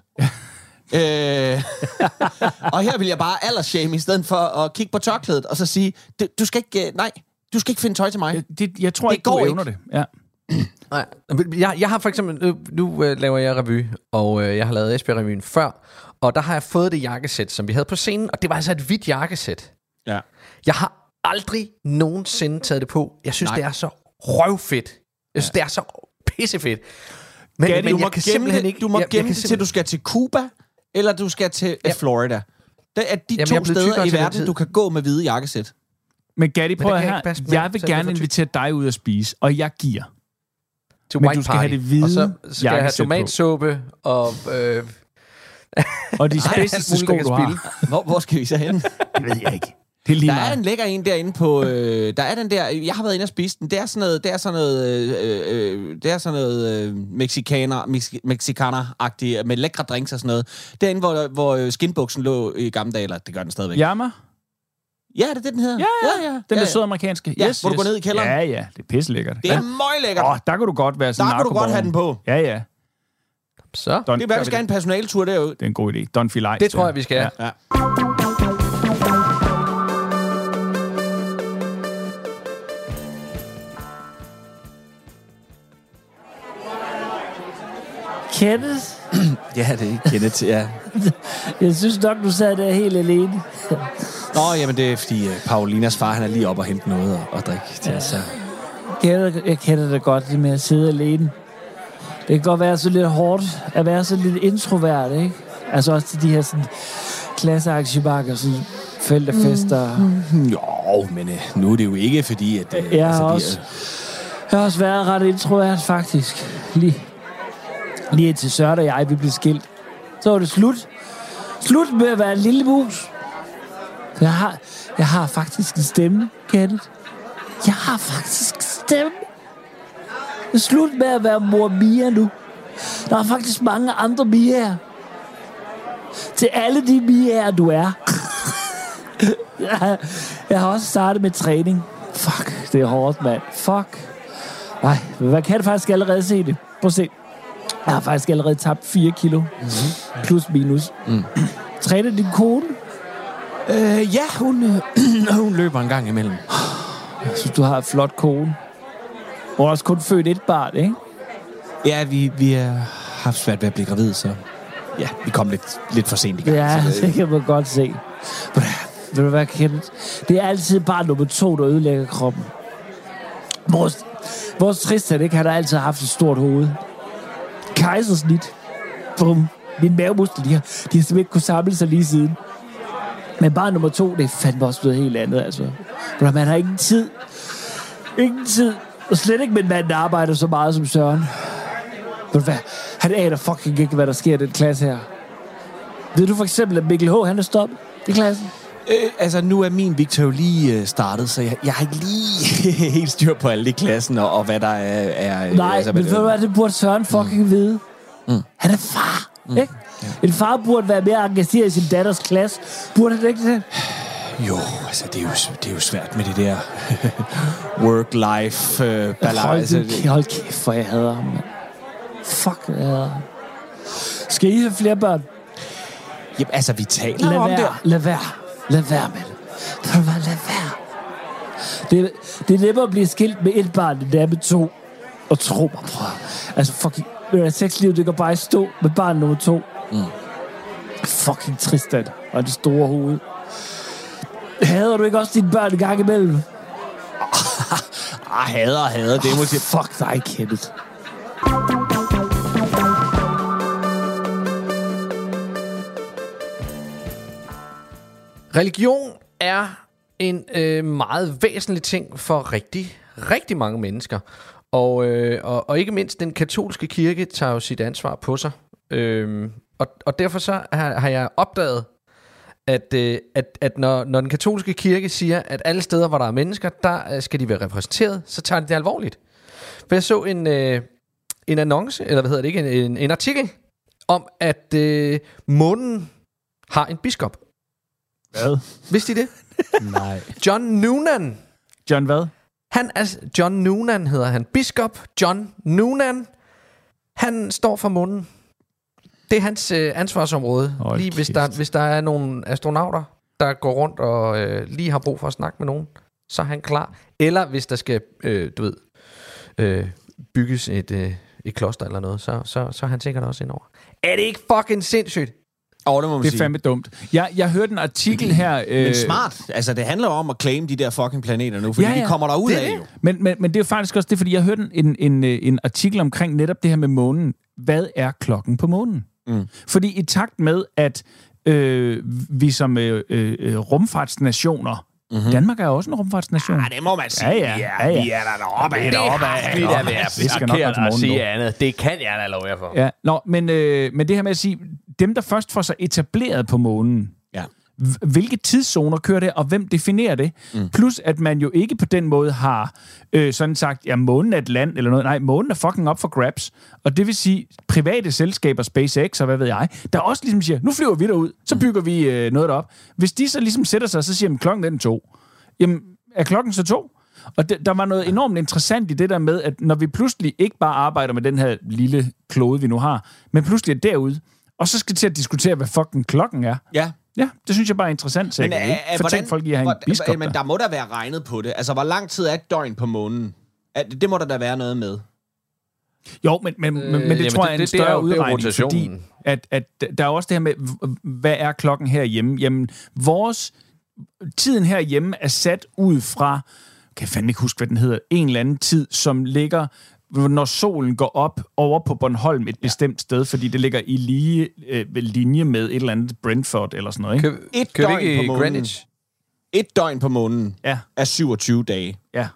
øh, og her vil jeg bare aldersshame i stedet for at kigge på tørklædet og så sige, du skal ikke... Nej, du skal ikke finde tøj til mig. Det, jeg tror det ikke, du evner det. Ja. Nej, jeg, jeg har for eksempel... Nu, nu øh, laver jeg revy, og øh, jeg har lavet Esbjerg-revyen før, og der har jeg fået det jakkesæt, som vi havde på scenen, og det var altså et hvidt jakkesæt. Ja. Jeg har aldrig nogensinde taget det på. Jeg synes, Nej. det er så røvfedt. Jeg synes, ja. det er så pissefedt. Men, Gatti, men du jeg må kan gemme simpelthen det, ikke... du må jeg, gemme jeg det til, du skal til Cuba, eller du skal til ja. Florida. Det er de Jamen, to steder i verden, tid. du kan gå med hvide jakkesæt. Men Gatti, prøv at her. Jeg, jeg vil gerne invitere dig ud at spise, og jeg giver. Til Men White du skal Party. have det hvide og så skal jeg have jakkesæt tomatsuppe og... Øh, og de spidseste sko, du har. Hvor, hvor skal vi så hen? Det ved jeg ikke. Det er lige der meget. er en lækker en derinde på... Øh, der er den der... Jeg har været inde og spise den. Det er sådan noget... Det er sådan noget... Øh, øh, det er sådan noget... Øh, mexikaner... Mex- Mexikaner-agtigt. Med lækre drinks og sådan noget. Derinde, hvor, hvor skinbuksen lå i gamle dage. Eller det gør den stadigvæk. Jammer? Ja, det er det, den hedder. Ja, ja. ja, ja. Den ja, der ja. sydamerikanske. Ja, yes, hvor yes. du går ned i kælderen. Ja, ja. Det er pisselækkert. Det er ja. møglækkert. Åh, oh, der kan du godt være sådan en Der kan du godt have den på. Ja, ja. Så. Don, det er bare, vi skal have en personaltur derud. Det er en god idé. Don Filajs. Det tror jeg, vi skal. Ja. ja. Kenneth? Ja, det er Kenneth, ja. Jeg synes nok, du sad der helt alene. Nå, jamen det er fordi uh, Paulinas far, han er lige oppe og hente noget og, og drikke til. Ja. Så. Kender, jeg kender det godt, det med at sidde alene. Det kan godt være så lidt hårdt at være så lidt introvert, ikke? Altså også til de her sådan klassearrangementer, sådan feltefester. Mm. Jo, men uh, nu er det jo ikke fordi, at... Uh, jeg, altså, har også, jeg har også været ret introvert, faktisk. Lige, lige indtil Søren og jeg, vi blev skilt. Så var det slut. Slut med at være en lille mus. Jeg har, jeg har faktisk en stemme, Kenneth. Jeg har faktisk en stemme. Det er slut med at være mor Mia nu. Der er faktisk mange andre Miaer. Til alle de Miaer, du er. jeg, jeg har også startet med træning. Fuck, det er hårdt, mand. Fuck. Nej, man kan faktisk allerede se det. Prøv at se. Jeg har faktisk allerede tabt fire kilo. Mm-hmm. Plus minus. Mm. Træner din kone? Øh, ja, hun, øh, hun løber en gang imellem. Jeg synes, du har en flot kone. Hun har også kun født et barn, ikke? Ja, vi, vi har haft svært ved at blive gravid, så ja, vi kom lidt, lidt for sent i gang. Ja, så det kan man godt se. Ved du hvad, Kenneth? Det er altid barn nummer to, der ødelægger kroppen. Vores, vores Tristan, ikke? Han har altid haft et stort hoved. Kejsersnit. Bum. Mine mavemuskler, de har, de har simpelthen ikke kunne samle sig lige siden. Men barn nummer to, det er fandme også noget helt andet, altså. Man har ingen tid. Ingen tid. Og slet ikke med en mand, der arbejder så meget som Søren. Ved du hvad? Han aner fucking ikke, hvad der sker i den klasse her. Ved du for eksempel, at Mikkel H. han er stoppet i klassen? Øh, altså, nu er min Victor jo lige øh, startet, så jeg, jeg har ikke lige helt styr på alle i klassen, og, og hvad der er... er Nej, altså, men ved du hvad, det burde Søren fucking mm. vide. Mm. Han er far, mm. ikke? Ja. En far burde være mere engageret i sin datters klasse. Burde han ikke det? Jo, altså, det er jo, det er jo svært med det der work-life øh, balance. Hold, hold kæft, for jeg hader ham, man. Fuck, jeg hader ham. Skal I have flere børn? Jamen, altså, vi taler lad om være, det. Lad være, lad være med det. Lad være, lad være. Det, det er nemmere at blive skilt med et barn, end det er med to. Og tro mig, bror. Altså, fucking, sexlivet, det går bare i stå med barn nummer to. Mm. Fucking Tristan og det store hoved. Hader du ikke også dine børn en gang imellem? Ah, hader og hader, det er måske... Fuck dig, Kenneth. Religion er en øh, meget væsentlig ting for rigtig, rigtig mange mennesker. Og, øh, og, og ikke mindst den katolske kirke tager jo sit ansvar på sig. Øh, og, og derfor så har, har jeg opdaget, at, øh, at, at når, når den katolske kirke siger, at alle steder, hvor der er mennesker, der skal de være repræsenteret, så tager de det alvorligt. For jeg så en, øh, en annonce, eller hvad hedder det ikke, en, en artikel, om at øh, månen har en biskop. Hvad? Vidste I det? Nej. John Noonan. John hvad? Han er, John Noonan hedder han. Biskop John Noonan. Han står for månen. Det er hans øh, ansvarsområde. Oh, lige hvis der, hvis der er nogle astronauter, der går rundt og øh, lige har brug for at snakke med nogen, så er han klar. Eller hvis der skal, øh, du ved, øh, bygges et, øh, et kloster eller noget, så, så, så er han sikkert også indover. Er det ikke fucking sindssygt? Oh, det må man det er sige. fandme dumt. Jeg, jeg hørte en artikel her... Øh... Men smart. Altså, det handler om at claim de der fucking planeter nu, fordi ja, ja. de kommer der ud af jo. Men, men, men det er jo faktisk også det, fordi jeg hørte en, en, en artikel omkring netop det her med månen. Hvad er klokken på månen? Mm. Fordi i takt med, at øh, vi som øh, øh, rumfartsnationer... Mm-hmm. Danmark er også en rumfartsnation. Ja, det må man sige. Ja, ja. ja, ja. Vi er der deroppe. Det er deroppe. Vi er der at sige andet. Det kan jeg da love jer for. Ja, nå, men, øh, men det her med at sige, dem der først får sig etableret på månen, ja. hvilke tidszoner kører det, og hvem definerer det? Mm. Plus, at man jo ikke på den måde har øh, sådan sagt, ja, månen er et land eller noget. Nej, månen er fucking op for grabs. Og det vil sige, private selskaber, SpaceX og hvad ved jeg, der også ligesom siger, nu flyver vi derud, så bygger vi øh, noget derop. Hvis de så ligesom sætter sig, så siger de, klokken den er to. Jamen, er klokken så to? Og det, der var noget enormt interessant i det der med, at når vi pludselig ikke bare arbejder med den her lille klode, vi nu har, men pludselig er derude, og så skal til at diskutere, hvad fucking klokken er. Ja. Ja, det synes jeg bare er interessant, sikkert. Men, øh, Fortæl folk, I har en biskop Men der må der være regnet på det. Altså, hvor lang tid er et døgn på månen? Det, det må der da være noget med. Jo, men, men, øh, men det jamen, tror jeg er en det, større det er, udregning, det er fordi at, at der er også det her med, hvad er klokken herhjemme? Jamen, vores tiden herhjemme er sat ud fra, kan jeg fandme ikke huske, hvad den hedder, en eller anden tid, som ligger, når solen går op over på Bornholm et ja. bestemt sted, fordi det ligger i lige øh, linje med et eller andet Brentford eller sådan noget, ikke? Kø, et kø døgn på månen. Greenwich. Et døgn på månen ja. er syvogtyve dage. Ja.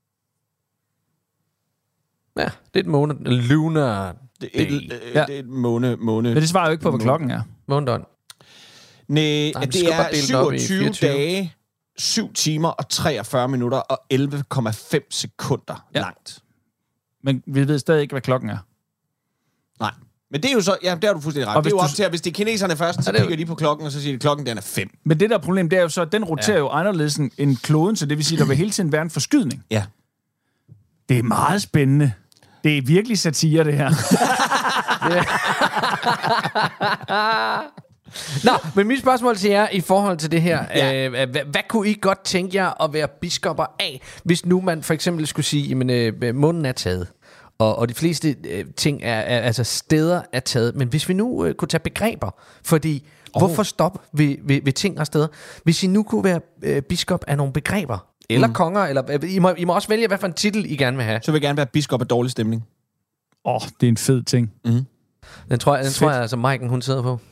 Ja, det er et måned. Lunar det er et, ja. det er et måne, måne. Men det svarer jo ikke på, hvad klokken er. Månedøgn. Nej, Nej det er syvogtyve dage, syv timer og treogfyrre minutter og elleve komma fem sekunder ja. langt. Men vi ved stadig ikke, hvad klokken er. Nej, Men det er jo så, ja, der er du fuldstændig ret. Og det er jo op du... til, at hvis det er kineserne først, så ja, kigger de på klokken, og så siger de, at klokken den er fem. Men det der problem, det er jo så, at den roterer ja. jo anderledes end kloden, så det vil sige, at der vil hele tiden være en forskydning. Ja. Det er meget spændende. Det er virkelig satire, det her. Nå, men mit spørgsmål til jer i forhold til det her, ja. øh, hvad, hvad kunne I godt tænke jer at være biskopper af, hvis nu man for eksempel skulle sige, jamen øh, munden er taget, og, og de fleste øh, ting er, er, altså steder er taget, men hvis vi nu øh, kunne tage begreber, fordi oh. hvorfor stoppe ved, ved, ved ting og steder? Hvis I nu kunne være øh, biskop af nogle begreber, eller mm. konger, eller øh, I, må, I må også vælge, hvad for en titel I gerne vil have. Så vil jeg gerne være biskop af dårlig stemning. Åh, oh, det er en fed ting. Mm. Den tror jeg, den tror jeg altså, Maiken, hun sidder på.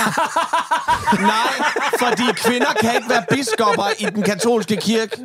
Nej, fordi kvinder kan ikke være biskopper i den katolske kirke.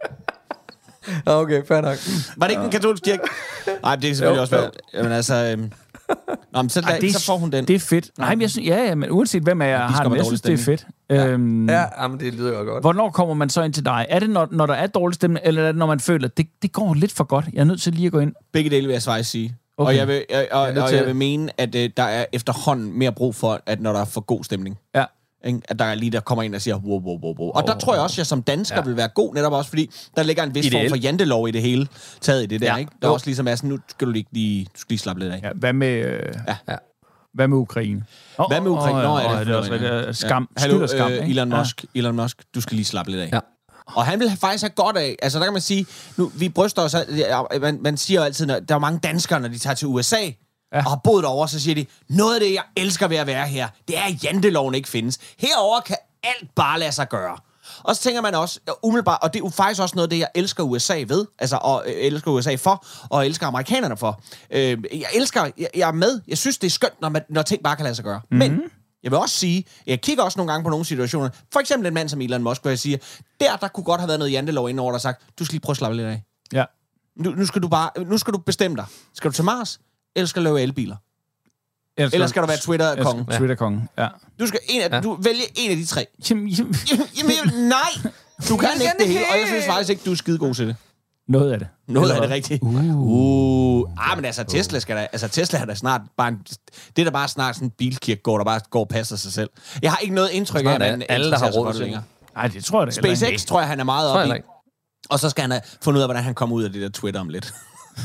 Okay, fair nok. Var det ikke den katolske kirke? Nej, det er selvfølgelig jo, også været. Jamen altså... Øhm... Nå, men så, Ej, det er, så får hun den. Det er fedt. Nej, men jeg synes, ja, ja, men uanset hvem jeg har den, jeg synes, det er fedt. Ja, øhm, ja men det lyder jo godt. Hvornår kommer man så ind til dig? Er det, når, når der er dårlig stemning, eller er det, når man føler, at det, det går lidt for godt? Jeg er nødt til lige at gå ind. Begge dele vil jeg svare sige. Okay. Og, jeg vil, jeg, og, jeg, og jeg vil mene, at øh, der er efterhånden mere brug for, at når der er for god stemning. Ja. Ikke? At der er lige der kommer ind og siger, wow, wow, wow, wow. Og der tror jeg også, at jeg som dansker ja. vil være god, netop også, fordi der ligger en vis Ideal. form for jantelov i det hele, taget i det der, ja. ikke? Der er også ligesom, at nu skal du lige, lige, du skal lige slappe lidt af. Ja, hvad med... Øh, ja. ja. Hvad med Ukraine? Oh, hvad med Ukraine? Nå, oh, er det, det er også rigtig skam. Ja. Hallo, skam, øh, Elon Musk, ja. Elon Musk, du skal lige slappe lidt af. Ja. Og han vil faktisk have godt af, altså der kan man sige, nu, vi bryster os, man, man siger jo altid, at der er mange danskere, når de tager til U S A, ja. og har boet derovre, så siger de, noget af det, jeg elsker ved at være her, det er, at janteloven ikke findes. Herover kan alt bare lade sig gøre. Og så tænker man også, umiddelbart, og det er jo faktisk også noget af det, jeg elsker U S A ved, altså, og øh, elsker U S A for, og elsker amerikanerne for. Øh, jeg elsker, jeg, jeg er med, jeg synes, det er skønt, når, man, når ting bare kan lade sig gøre. Mm-hmm. Men jeg vil også sige, jeg kigger også nogle gange på nogle situationer, for eksempel en mand som Elon Musk, hvor jeg siger, der, der kunne godt have været noget jantelov indover, der har sagt, du skal lige prøve at slappe lidt af. Ja. Nu, nu, skal du bare, nu skal du bestemme dig. Skal du til Mars, eller skal du lave elbiler? Eller, eller skal du være Twitter-kongen? Ja. Twitter-kongen, ja. Du skal en af, ja. du vælge en af de tre. Jamen, jamen, jamen nej! Du kan ikke det hele, og jeg synes faktisk ikke, du er skide god til det. Noget af det. Noget af det rigtigt. Uh. uh. Ah, men altså, Tesla skal da, altså, Tesla er da snart bare en, det er da bare snart sådan en bilkirkegård, der bare går og passer sig selv. Jeg har ikke noget indtryk af, at man alle, der har råd til det. Nej, det tror jeg da. SpaceX tror jeg, han er meget oppe i. Og så skal han have fundet ud af, hvordan han kommer ud af det der Twitter om lidt.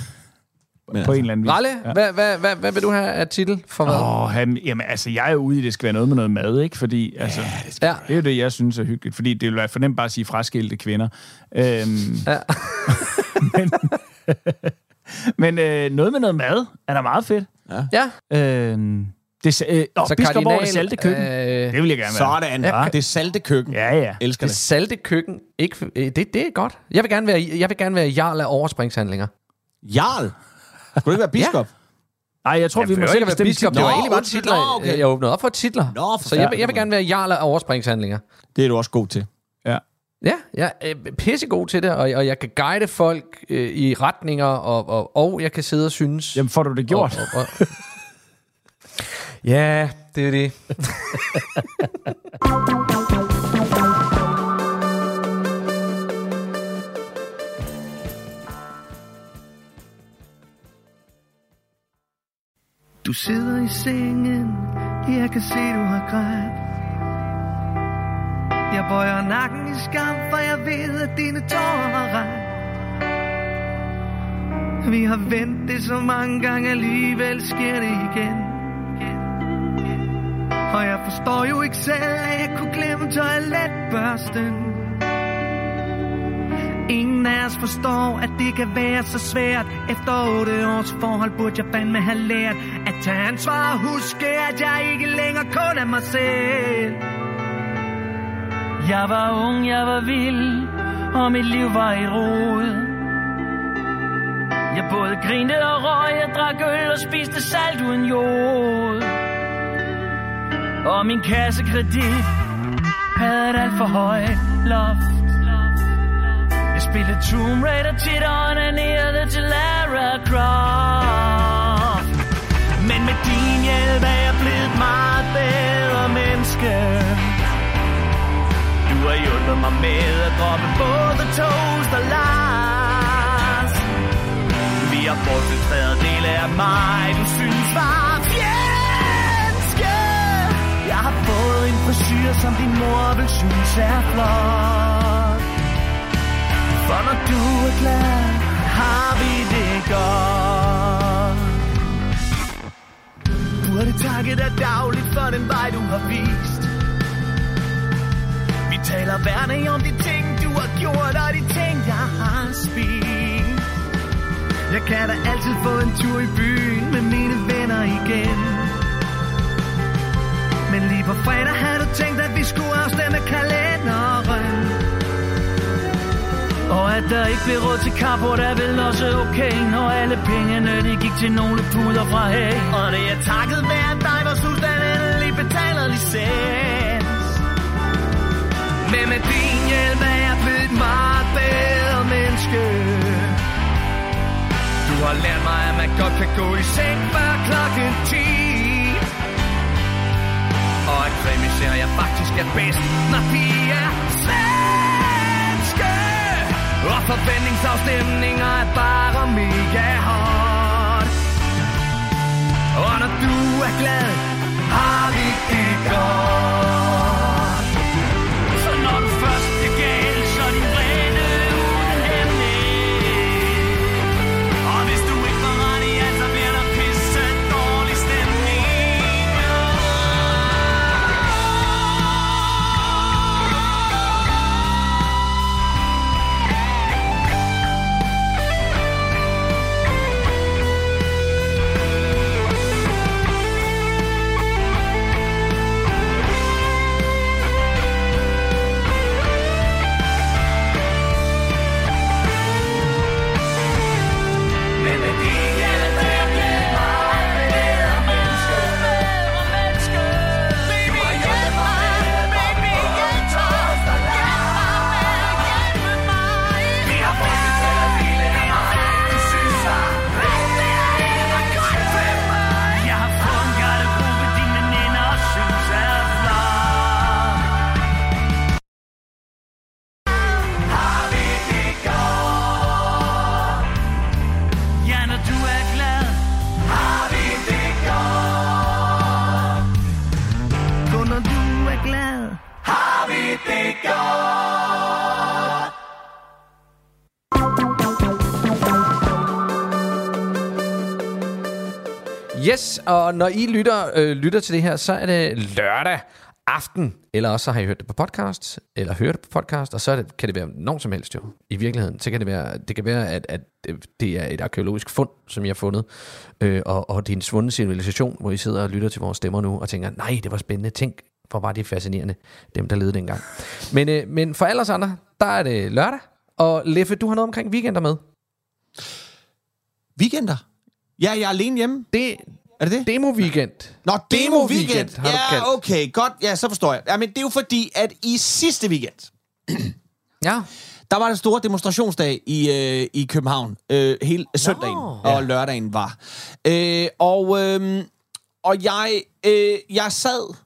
Men på en eller anden vis. Ralle, ja. hvad, hvad, hvad, hvad vil du have af titel for hvad? Åh, han, jamen, altså, jeg er jo ude i, det skal være noget med noget mad, ikke? Fordi, altså, ja, det, ja. det er jo det, jeg synes er hyggeligt. Fordi det vil være for nemt bare at sige fraskilte kvinder. Øhm, ja. men men øh, noget med noget mad er da meget fedt. Ja. ja. Øhm, det, øh, åh, biskop over det salte køkken. Øh, det vil jeg gerne være. Sådan. Ja. Det salte køkken. Ja, ja. Elsker det. Det salte køkken. Ikke, det, det er godt. Jeg vil gerne være, jeg vil gerne være jarl af overspringshandlinger. Jarl? Skulle du ikke være biskop? Nej, ja. jeg tror, jeg vi må selv bestemme biskop. Det var egentlig bare titler. Nå, okay. Jeg åbnede op for titler. Nå, for så jeg, jeg vil gerne være jarl af overspringshandlinger. Det er du også god til. Ja. Ja, jeg er pissegod til det, og, og jeg kan guide folk øh, i retninger, og, og, og jeg kan sidde og synes... Jamen, får du det gjort? Og, og, og. Ja, det er det. Du sidder i sengen, jeg kan se, du har grædt. Jeg bøjer nakken i skam, for jeg ved, at dine tårer har ret. Vi har vendt det så mange gange, alligevel sker det igen. Og jeg forstår jo ikke selv, at jeg kunne glemme toiletbørsten. Ingen af os forstår, at det kan være så svært. Efter otte års forhold burde jeg fandme have lært at tage ansvar og huske, at jeg ikke længere kun er mig selv. Jeg var ung, jeg var vild, og mit liv var i rod. Jeg både grinede og røg, jeg drak øl og spiste salt uden jord. Og min kassekredit havde et alt for højt loft. Jeg spillede Tomb Raider tit og onanerede til Lara Croft. Men med din hjælp er jeg blevet et meget bedre menneske. Du har hjulpet mig med at droppe både toast og Lars. Vi har brugt en tredjedel af mig, du synes var fjern. frisyr, som din mor vil synes er flot. For når du er glad, har vi det godt. Burde takke dig dagligt for den vej, du har vist. Vi taler hver dag om de ting, du har gjort, og de ting, jeg har spist. Jeg kan da altid få en tur i byen med mine venner igen. Men lige på fredag havde du tænkt, at vi skulle afstemme kalenderen. Og at der ikke blev råd til kaffe, der er vel også okay. Når alle pengene, de gik til nogle puder fra hæk. Og det er takket være dig, hvor Susan endelig betaler licens. Men med din hjælp er jeg blevet et meget bedre menneske. Du har lært mig, at man godt kan gå i seng før klokken ti. Og at krimiserier faktisk er bedst, når de er svenske. Og forventningsafstemninger er bare mega hot. Og når du er glad, har vi det godt. Så når du først er gal, så er din vrede uden hemmelig. Og hvis du ikke får ret i alt, så bliver der pisse dårlig stemning. Yes, og når I lytter, øh, lytter til det her, så er det lørdag aften. Eller også så har I hørt det på podcast, eller hørt det på podcast, og så er det, kan det være nogen som helst jo, i virkeligheden. Så kan det være, det kan være at, at det er et arkæologisk fund, som jeg har fundet, øh, og, og det er en svunden civilisation, hvor I sidder og lytter til vores stemmer nu, og tænker, nej, det var spændende, tænk, hvor var det fascinerende, dem der levede dengang. Men, øh, men for alle os andre, der er det lørdag, og Leffe, du har noget omkring weekender med. Weekender? Ja, jeg er alene hjemme. Det er det det? Demo weekend. Nå, demo, demo weekend. weekend har ja, du kaldt. okay, godt. Ja, så forstår jeg. Ja, men det er jo fordi, at i sidste weekend, ja, der var der store demonstrationsdag i, øh, i København. Øh, hele søndagen no. og ja. lørdagen var. Øh, og, øh, og jeg, øh, jeg sad,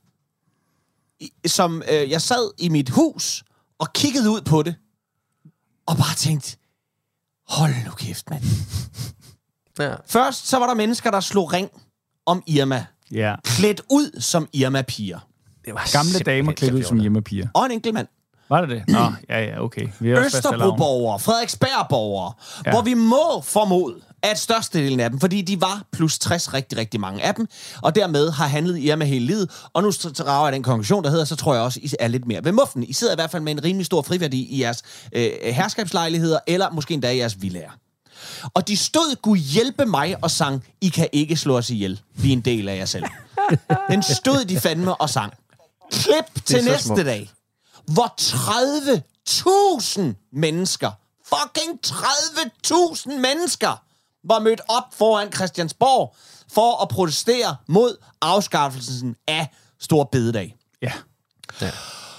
som, øh, jeg sad i mit hus og kiggede ud på det, og bare tænkte, hold nu kæft, mand. Ja. Først så var der mennesker, der slog ring om Irma. Ja. Klædt ud som Irma-piger. Det var gamle damer klædt ud som Irma-piger. Og en enkelt mand. Var det det? Nå, ja, ja, okay. Østerbro-borgere, Frederiksberg-borgere, ja. hvor vi må formode, at størstedelen af dem, fordi de var plus tres rigtig, rigtig mange af dem, og dermed har handlet Irma hele livet, og nu rager jeg den konklusion, der hedder, så tror jeg også, I er lidt mere ved muffen. I sidder i hvert fald med en rimelig stor friværdi i jeres øh, herskabslejligheder, eller måske endda i jeres villager. Og de stod, Gud hjælpe mig, og sang, I kan ikke slå os ihjel. Vi er en del af jer selv. Den stod de fandme og sang. Klip til næste smukt. dag, hvor tredive tusind mennesker, fucking tredive tusind mennesker, var mødt op foran Christiansborg for at protestere mod afskaffelsen af Store Bededag. Ja. ja.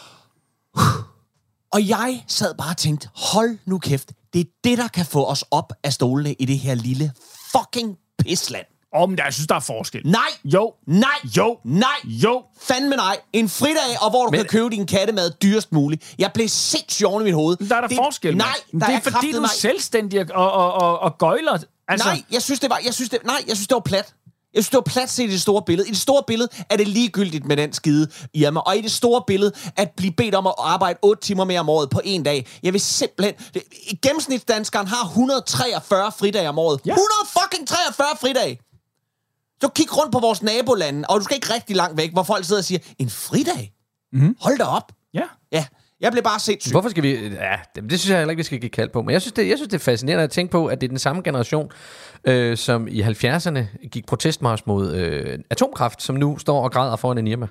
Og jeg sad bare og tænkte, hold nu kæft, det er det, der kan få os op af stolene i det her lille fucking pisland. Åh, oh, men jeg synes, der er forskel. Nej. Jo. Nej. Jo. Nej. Jo. Fandme nej. En fridag, og hvor du men... kan købe din kattemad dyrest muligt. Jeg blev sindssygt oven i mit hoved. Der er der det... forskel. Nej, der det er, er fordi, du er mig... selvstændig og, og, og, og gøjler. Altså... Nej, jeg synes, det var, jeg synes, det... Nej, jeg synes, det var plat. Jeg synes, det var plads til i det store billede. I det store billede er det ligegyldigt med den skide Irma. Og i det store billede, at blive bedt om at arbejde otte timer mere om året på en dag. Jeg vil simpelthen... Gennemsnitsdanskeren har et hundrede og treogfyrre fridage om året. Ja. et hundrede fucking treogfyrre fridage! Så kig rundt på vores nabolande, og du skal ikke rigtig langt væk, hvor folk sidder og siger, en fridag? Mm-hmm. Hold da op. Ja. Ja. Jeg blev bare sindssyg. Hvorfor skal vi... Ja, det, det synes jeg heller ikke, vi skal give kald på. Men jeg synes, det, jeg synes, det er fascinerende at tænke på, at det er den samme generation, øh, som i halvfjerdserne gik protestmarch mod øh, atomkraft, som nu står og græder foran en Irma.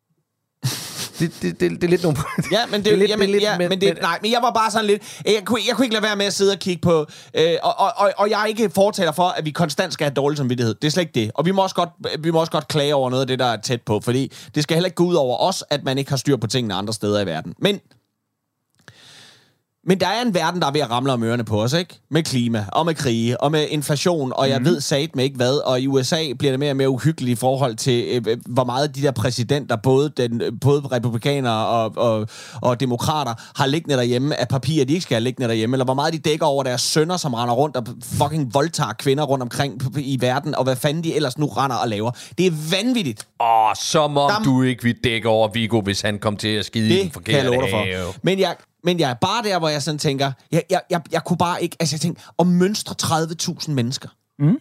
Det, det, det, det er lidt nogle... Ja, men det, det er lidt... Jamen, det er lidt ja, men, men det, nej, men jeg var bare sådan lidt... Jeg kunne, jeg kunne ikke lade være med at sidde og kigge på... Øh, og, og, og, og jeg er ikke fortaler for, at vi konstant skal have dårlig samvittighed. Det er slet ikke det. Og vi må, også godt, vi må også godt klage over noget af det, der er tæt på. Fordi det skal heller ikke gå ud over os, at man ikke har styr på tingene andre steder i verden. Men... Men der er en verden, der er ved at ramle om ørerne på os, ikke? Med klima, og med krige, og med inflation, og jeg mm. ved satme ikke hvad. Og i U S A bliver det mere og mere uhyggeligt i forhold til, øh, hvor meget de der præsidenter, både, den, både republikanere og, og, og demokrater, har liggende derhjemme af papir, de ikke skal have liggende derhjemme. Eller hvor meget de dækker over deres sønner, som render rundt og fucking voldtager kvinder rundt omkring i verden, og hvad fanden de ellers nu render og laver. Det er vanvittigt. Åh, som om der... du ikke vil dække over Viggo, hvis han kom til at skide i den forkerte have. Men jeg... Men jeg er bare der, hvor jeg sådan tænker, jeg, jeg, jeg, jeg kunne bare ikke, altså jeg tænker, at mønstre tredive tusind mennesker. Mm.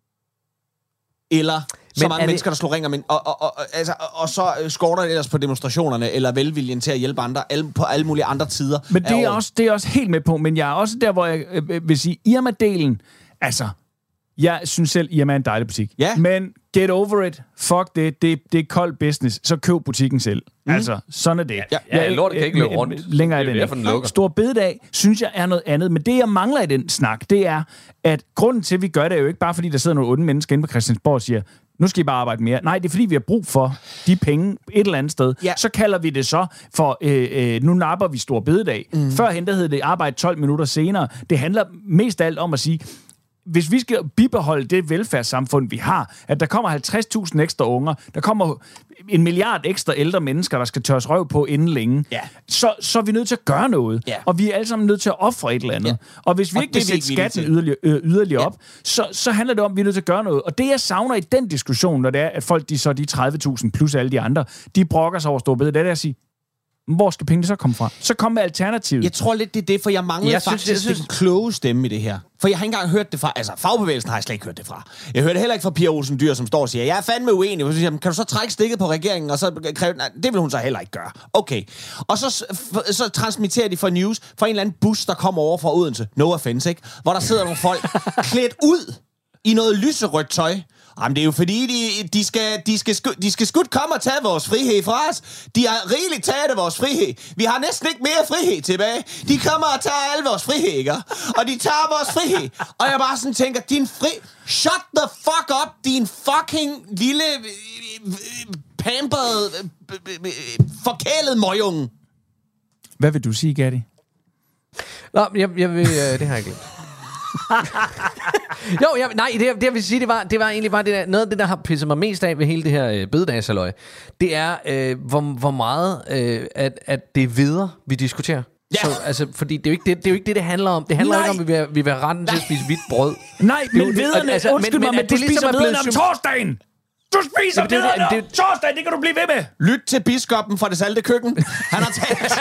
Eller så men mange mennesker, det... der slår ring om en, og, og, og, altså, og så skorter det ellers på demonstrationerne, eller velviljen til at hjælpe andre, alle, på alle mulige andre tider. Men det er, også, det er også helt med på, men jeg er også der, hvor jeg øh, vil sige, Irma-delen, altså, jeg synes selv, Irma er en dejlig butik. Ja. Men get over it. Fuck det. Det, det er kold business. Så køb butikken selv. Mm. Altså, sådan er det. Ja, ja, ja lort kan ikke løbe rundt. Længere det i den. Stor bededag, synes jeg, er noget andet. Men det, jeg mangler i den snak, det er, at grunden til, at vi gør det, er jo ikke bare, fordi der sidder nogle onde mennesker inde på Christiansborg og siger, nu skal I bare arbejde mere. Nej, det er fordi, vi har brug for de penge et eller andet sted. Ja. Så kalder vi det så for, øh, øh, nu napper vi stor bededag. Mm. Førhen, der hed det arbejde tolv minutter senere. Det handler mest af alt om at sige, hvis vi skal bibeholde det velfærdssamfund, vi har, at der kommer halvtreds tusind ekstra unger, der kommer en milliard ekstra ældre mennesker, der skal tørres røv på inden længe, ja. så, så er vi nødt til at gøre noget. Ja. Og vi er alle sammen nødt til at ofre et eller andet. Ja. Og hvis vi og ikke vil sætte skatten yderligere, øh, yderligere ja. op, så, så handler det om, at vi er nødt til at gøre noget. Og det, jeg savner i den diskussion, når det er, at folk, de så de tredive tusind plus alle de andre, de brokker sig over store bede, det er det at sige, hvor skal pengene så komme fra? Så kom med alternativet. Jeg tror lidt, det er det, for jeg mangler jeg faktisk synes, jeg synes... den kloge stemme i det her. For jeg har ikke engang hørt det fra... Altså, fagbevægelsen har jeg slet ikke hørt det fra. Jeg hørte heller ikke fra Pia Olsen Dyhr, som står og siger, jeg er fandme uenig. Så siger, kan du så trække stikket på regeringen? Og så kræve... Nej, det vil hun så heller ikke gøre. Okay. Og så, så transmitterer de for news fra en eller anden bus, der kommer over fra Odense. No offense, ikke? Hvor der sidder nogle folk klædt ud i noget lyserødt tøj. Jamen, det er jo fordi, de, de, skal, de, skal sku, de skal skudt komme og tage vores frihed fra os. De har rigeligt taget vores frihed. Vi har næsten ikke mere frihed tilbage. De kommer og tager alle vores frihed, ikke? Og de tager vores frihed. Og jeg bare sådan tænker, din fri... Shut the fuck up, din fucking lille... pampered... forkælet møgunge. Hvad vil du sige, Gatti? Nå, jeg, jeg vil... Øh, det har jeg glemt. jo, jeg, nej, det, det jeg vil sige, det var, det var egentlig bare det der, noget af det, der har pisset mig mest af ved hele det her øh, bededagshalløj. Det er, øh, hvor, hvor meget øh, at, at det er videre, vi diskuterer. Ja. Så, altså, fordi det er, jo ikke det, det er jo ikke det, det handler om. Det handler nej. ikke om, at vi vil, vi vil have retten til at spise hvidt brød. Nej, men vederne, altså, undskyld mig, men, men du spiser ligesom vederne om torsdagen! Du spiser det, vederne det, det, om torsdagen, det kan du blive ved med! Lyt til biskoppen fra det salte køkken. Han har talt.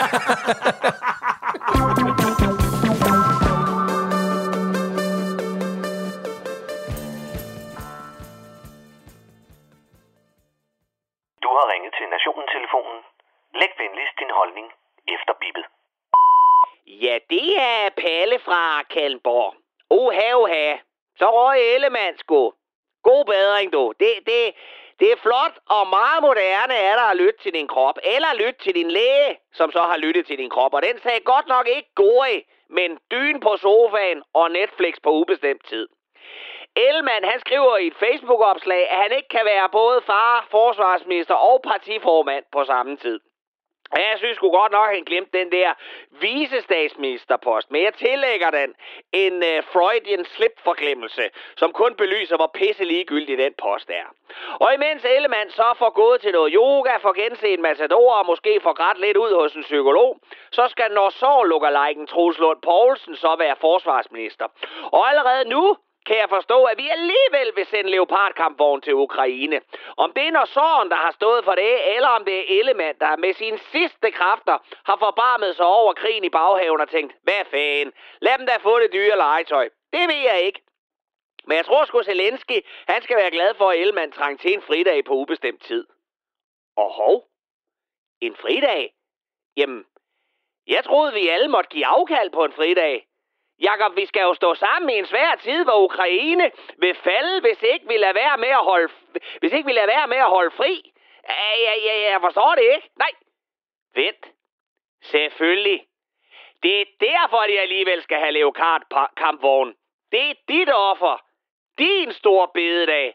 Du har ringet til Nationen-telefonen. Læg venligst din holdning efter bippet. Ja, det er Palle fra Kalmborg. Oha, oha. Så røg Ellemann sgu. God bedring, du. Det, det, det er flot og meget moderne er der at lytte til din krop. Eller lytte til din læge, som så har lyttet til din krop. Og den sagde godt nok ikke god i, men dyn på sofaen og Netflix på ubestemt tid. Ellemann, han skriver i et Facebook-opslag, at han ikke kan være både far, forsvarsminister og partiformand på samme tid. Jeg synes sgu godt nok, at han glemte den der vicestatsministerpost, men jeg tillægger den en uh, Freudian slip-forglemmelse, som kun belyser, hvor pisse ligegyldig den post er. Og imens Ellemann så får gået til noget yoga, får genset Matador og måske får grædt lidt ud hos en psykolog, så skal når så lookalike Troels Lund Poulsen så være forsvarsminister. Og allerede nu, kan jeg forstå, at vi alligevel vil sende leopardkampvogn til Ukraine. Om det er Nordsøen, der har stået for det, eller om det er Ellemann, der med sine sidste kræfter har forbarmet sig over krigen i baghaven og tænkt, hvad fanden, lad dem da få det dyre legetøj. Det ved jeg ikke. Men jeg tror sgu Zelensky, han skal være glad for, at Ellemann trængte til en fridag på ubestemt tid. Og hov, en fridag? Jamen, jeg troede, vi alle måtte give afkald på en fridag. Jakob, vi skal jo stå sammen i en svær tid, hvor Ukraine vil falde, hvis ikke vi lader være med at holde, hvis ikke vi lader være med at holde fri. Ja, ja, jeg forstår det ikke. Nej. Vent. Selvfølgelig. Det er derfor, de alligevel skal have leopardkampvogn. Det er dit offer. Din store bededag.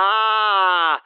Ah,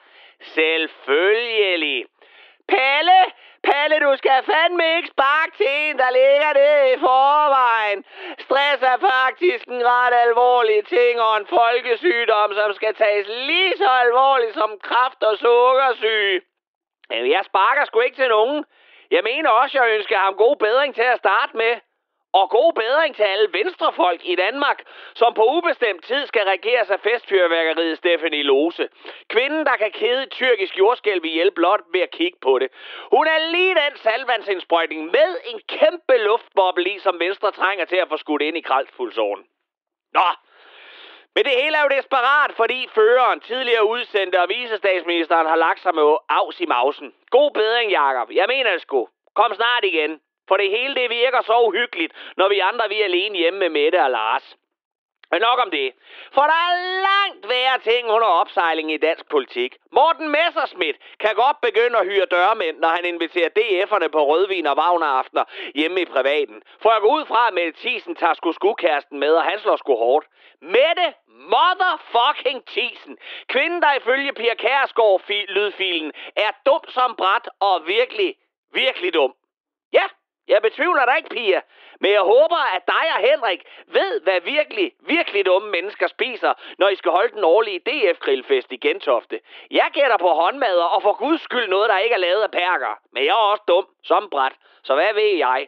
selvfølgelig. Palle, Palle, du skal fandme ikke sparke til en, der ligger det i forvejen. Stress er faktisk en ret alvorlig ting og en folkesygdom, som skal tages lige så alvorligt som kræft og sukkersyge. Jeg sparker sgu ikke til nogen. Jeg mener også, jeg ønsker ham god bedring til at starte med. Og god bedring til alle venstrefolk i Danmark, som på ubestemt tid skal regeres af festfyrværkeriet Stephanie Lose. Kvinden, der kan kede et tyrkisk jordskælv i hjælp blot ved at kigge på det. Hun er lige den saltvandsindsprøjtning med en kæmpe luftboble i, som Venstre trænger til at få skudt ind i kralspulsåren. Nå, men det hele er jo desperat, fordi føreren, tidligere udsendte og vicestatsministeren har lagt sig med afs i mausen. God bedring, Jakob. Jeg mener det sgu. Kom snart igen. For det hele det virker så uhyggeligt, når vi andre vi er alene hjemme med Mette og Lars. Men nok om det. For der er langt værre ting under opsejling i dansk politik. Morten Messerschmidt kan godt begynde at hyre dørmænd, når han inviterer D F'erne på rødvin og Wagner-aftener hjemme i privaten. For jeg går ud fra, at Mette Thiesen tager sgu skukæresten med, og han slår sgu hårdt. Mette motherfucking Thiesen. Kvinden, der ifølge Pia Kjærsgaard lydfilen er dum som bræt og virkelig, virkelig dum. Ja. Jeg betvivler dig ikke, Pia, men jeg håber, at dig og Henrik ved, hvad virkelig, virkelig dumme mennesker spiser, når I skal holde den årlige D F-grillfest i Gentofte. Jeg gætter på håndmadder og for guds skyld noget, der ikke er lavet af perker. Men jeg er også dum som bræt, så hvad ved jeg?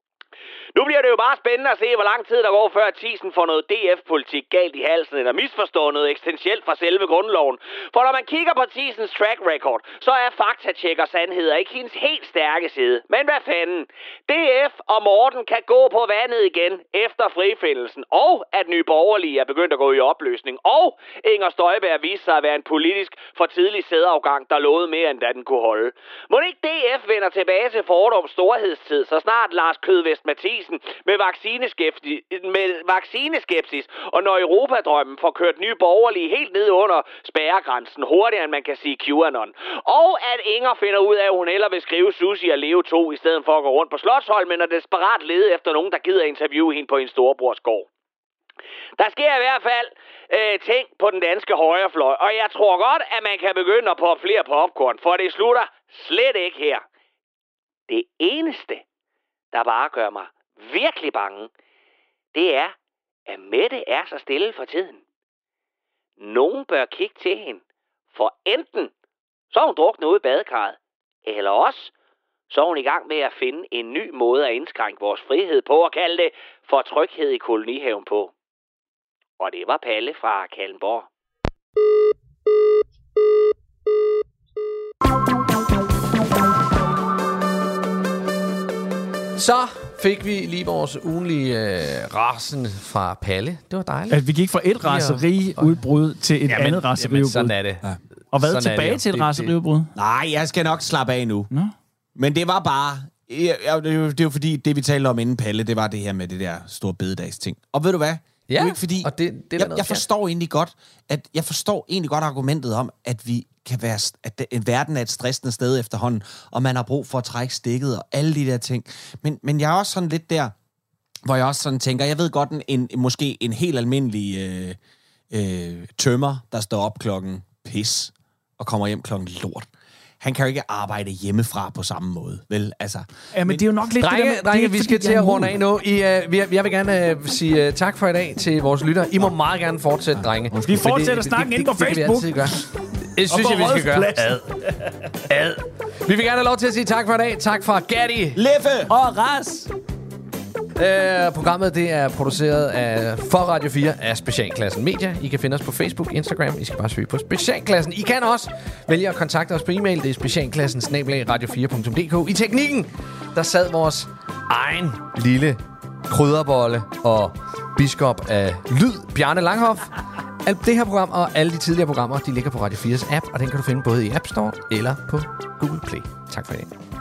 Nu bliver det jo bare spændende at se, hvor lang tid der går, før Thiesen får noget D F-politik galt i halsen, eller misforstår noget eksistentielt fra selve grundloven. For når man kigger på Thiesens track record, så er faktatjek og sandheder ikke hendes helt stærke side. Men hvad fanden? D F og Morten kan gå på vandet igen efter frifindelsen, og at Nye Borgerlige er begyndt at gå i opløsning, og Inger Støjberg viser sig at være en politisk for tidlig sædeafgang, der lovede mere end da den kunne holde. Må ikke D F vender tilbage til fordoms storhedstid, så snart Lars Kødvest Mathisen med vaccineskepsis, med vaccineskepsis og når Europadrømmen får kørt Nye Borgerlige helt ned under spærregrænsen, hurtigere end man kan sige QAnon. Og at Inger finder ud af, at hun hellere vil skrive Susie og Leo to, i stedet for at gå rundt på Slotsholmen og desperat lede efter nogen, der gider interviewe hende på en storebrors gård. Der sker i hvert fald øh, ting på den danske højrefløj, og jeg tror godt, at man kan begynde at poppe flere popcorn, for det slutter slet ikke her. Det eneste, der bare gør mig virkelig bange, det er, at Mette er så stille for tiden. Nogen bør kigge til hende, for enten så er hun druknet ud i badekarret, eller også så er hun i gang med at finde en ny måde at indskrænke vores frihed på og kalde det for tryghed i kolonihaven på. Og det var Palle fra Kalundborg. Så fik vi lige vores ugenlige øh, rasen fra Palle. Det var dejligt. At vi gik fra et raseriudbrud til et jamen, andet raseriudbrud. Sådan er det. Ja. Og hvad sådan tilbage til et raseriudbrud? Nej, jeg skal nok slappe af nu. Nå. Men det var bare... Jeg, jeg, det, er jo, det er jo fordi, det vi talte om inden Palle, det var det her med det der store bededagsting. Og ved du hvad? Ja, det er ikke, fordi og det, det jeg, jeg forstår kan. egentlig godt, at jeg forstår egentlig godt argumentet om, at vi kan være, at en verden er et stressende sted efterhånden, og man har brug for at trække stikket og alle de der ting. Men, men jeg er også sådan lidt der, hvor jeg også sådan tænker, jeg ved godt, en, en måske en helt almindelig øh, øh, tømmer, der står op klokken pis og kommer hjem klokken lort. Han kan jo ikke arbejde hjemmefra på samme måde, vel? Altså, ja, men det er jo nok lidt... Drenge, det der med, drenge det vi skal til at runde af nu. I, uh, vi, jeg vil gerne uh, sige uh, tak for i dag til vores lyttere. I må meget gerne fortsætte, drenge. Vi fortsætter snakken ind på Facebook. Det, det synes jeg, vi skal gøre. Ad. Ad. Vi vil gerne have lov til at sige tak for i dag. Tak fra Gatti, Leffe og Ras. Uh, programmet det er produceret af, for Radio fire af Specialklassen Media. I kan finde os på Facebook, Instagram. I skal bare søge på Specialklassen. I kan også vælge at kontakte os på e-mail. Det er specialklassen snabel-a radio fire punktum d k. I teknikken, der sad vores egen lille krydderbolle og biskop af lyd, Bjarne Langhoff. Alt det her program og alle de tidligere programmer, de ligger på Radio fires app, og den kan du finde både i App Store eller på Google Play. Tak for i dag.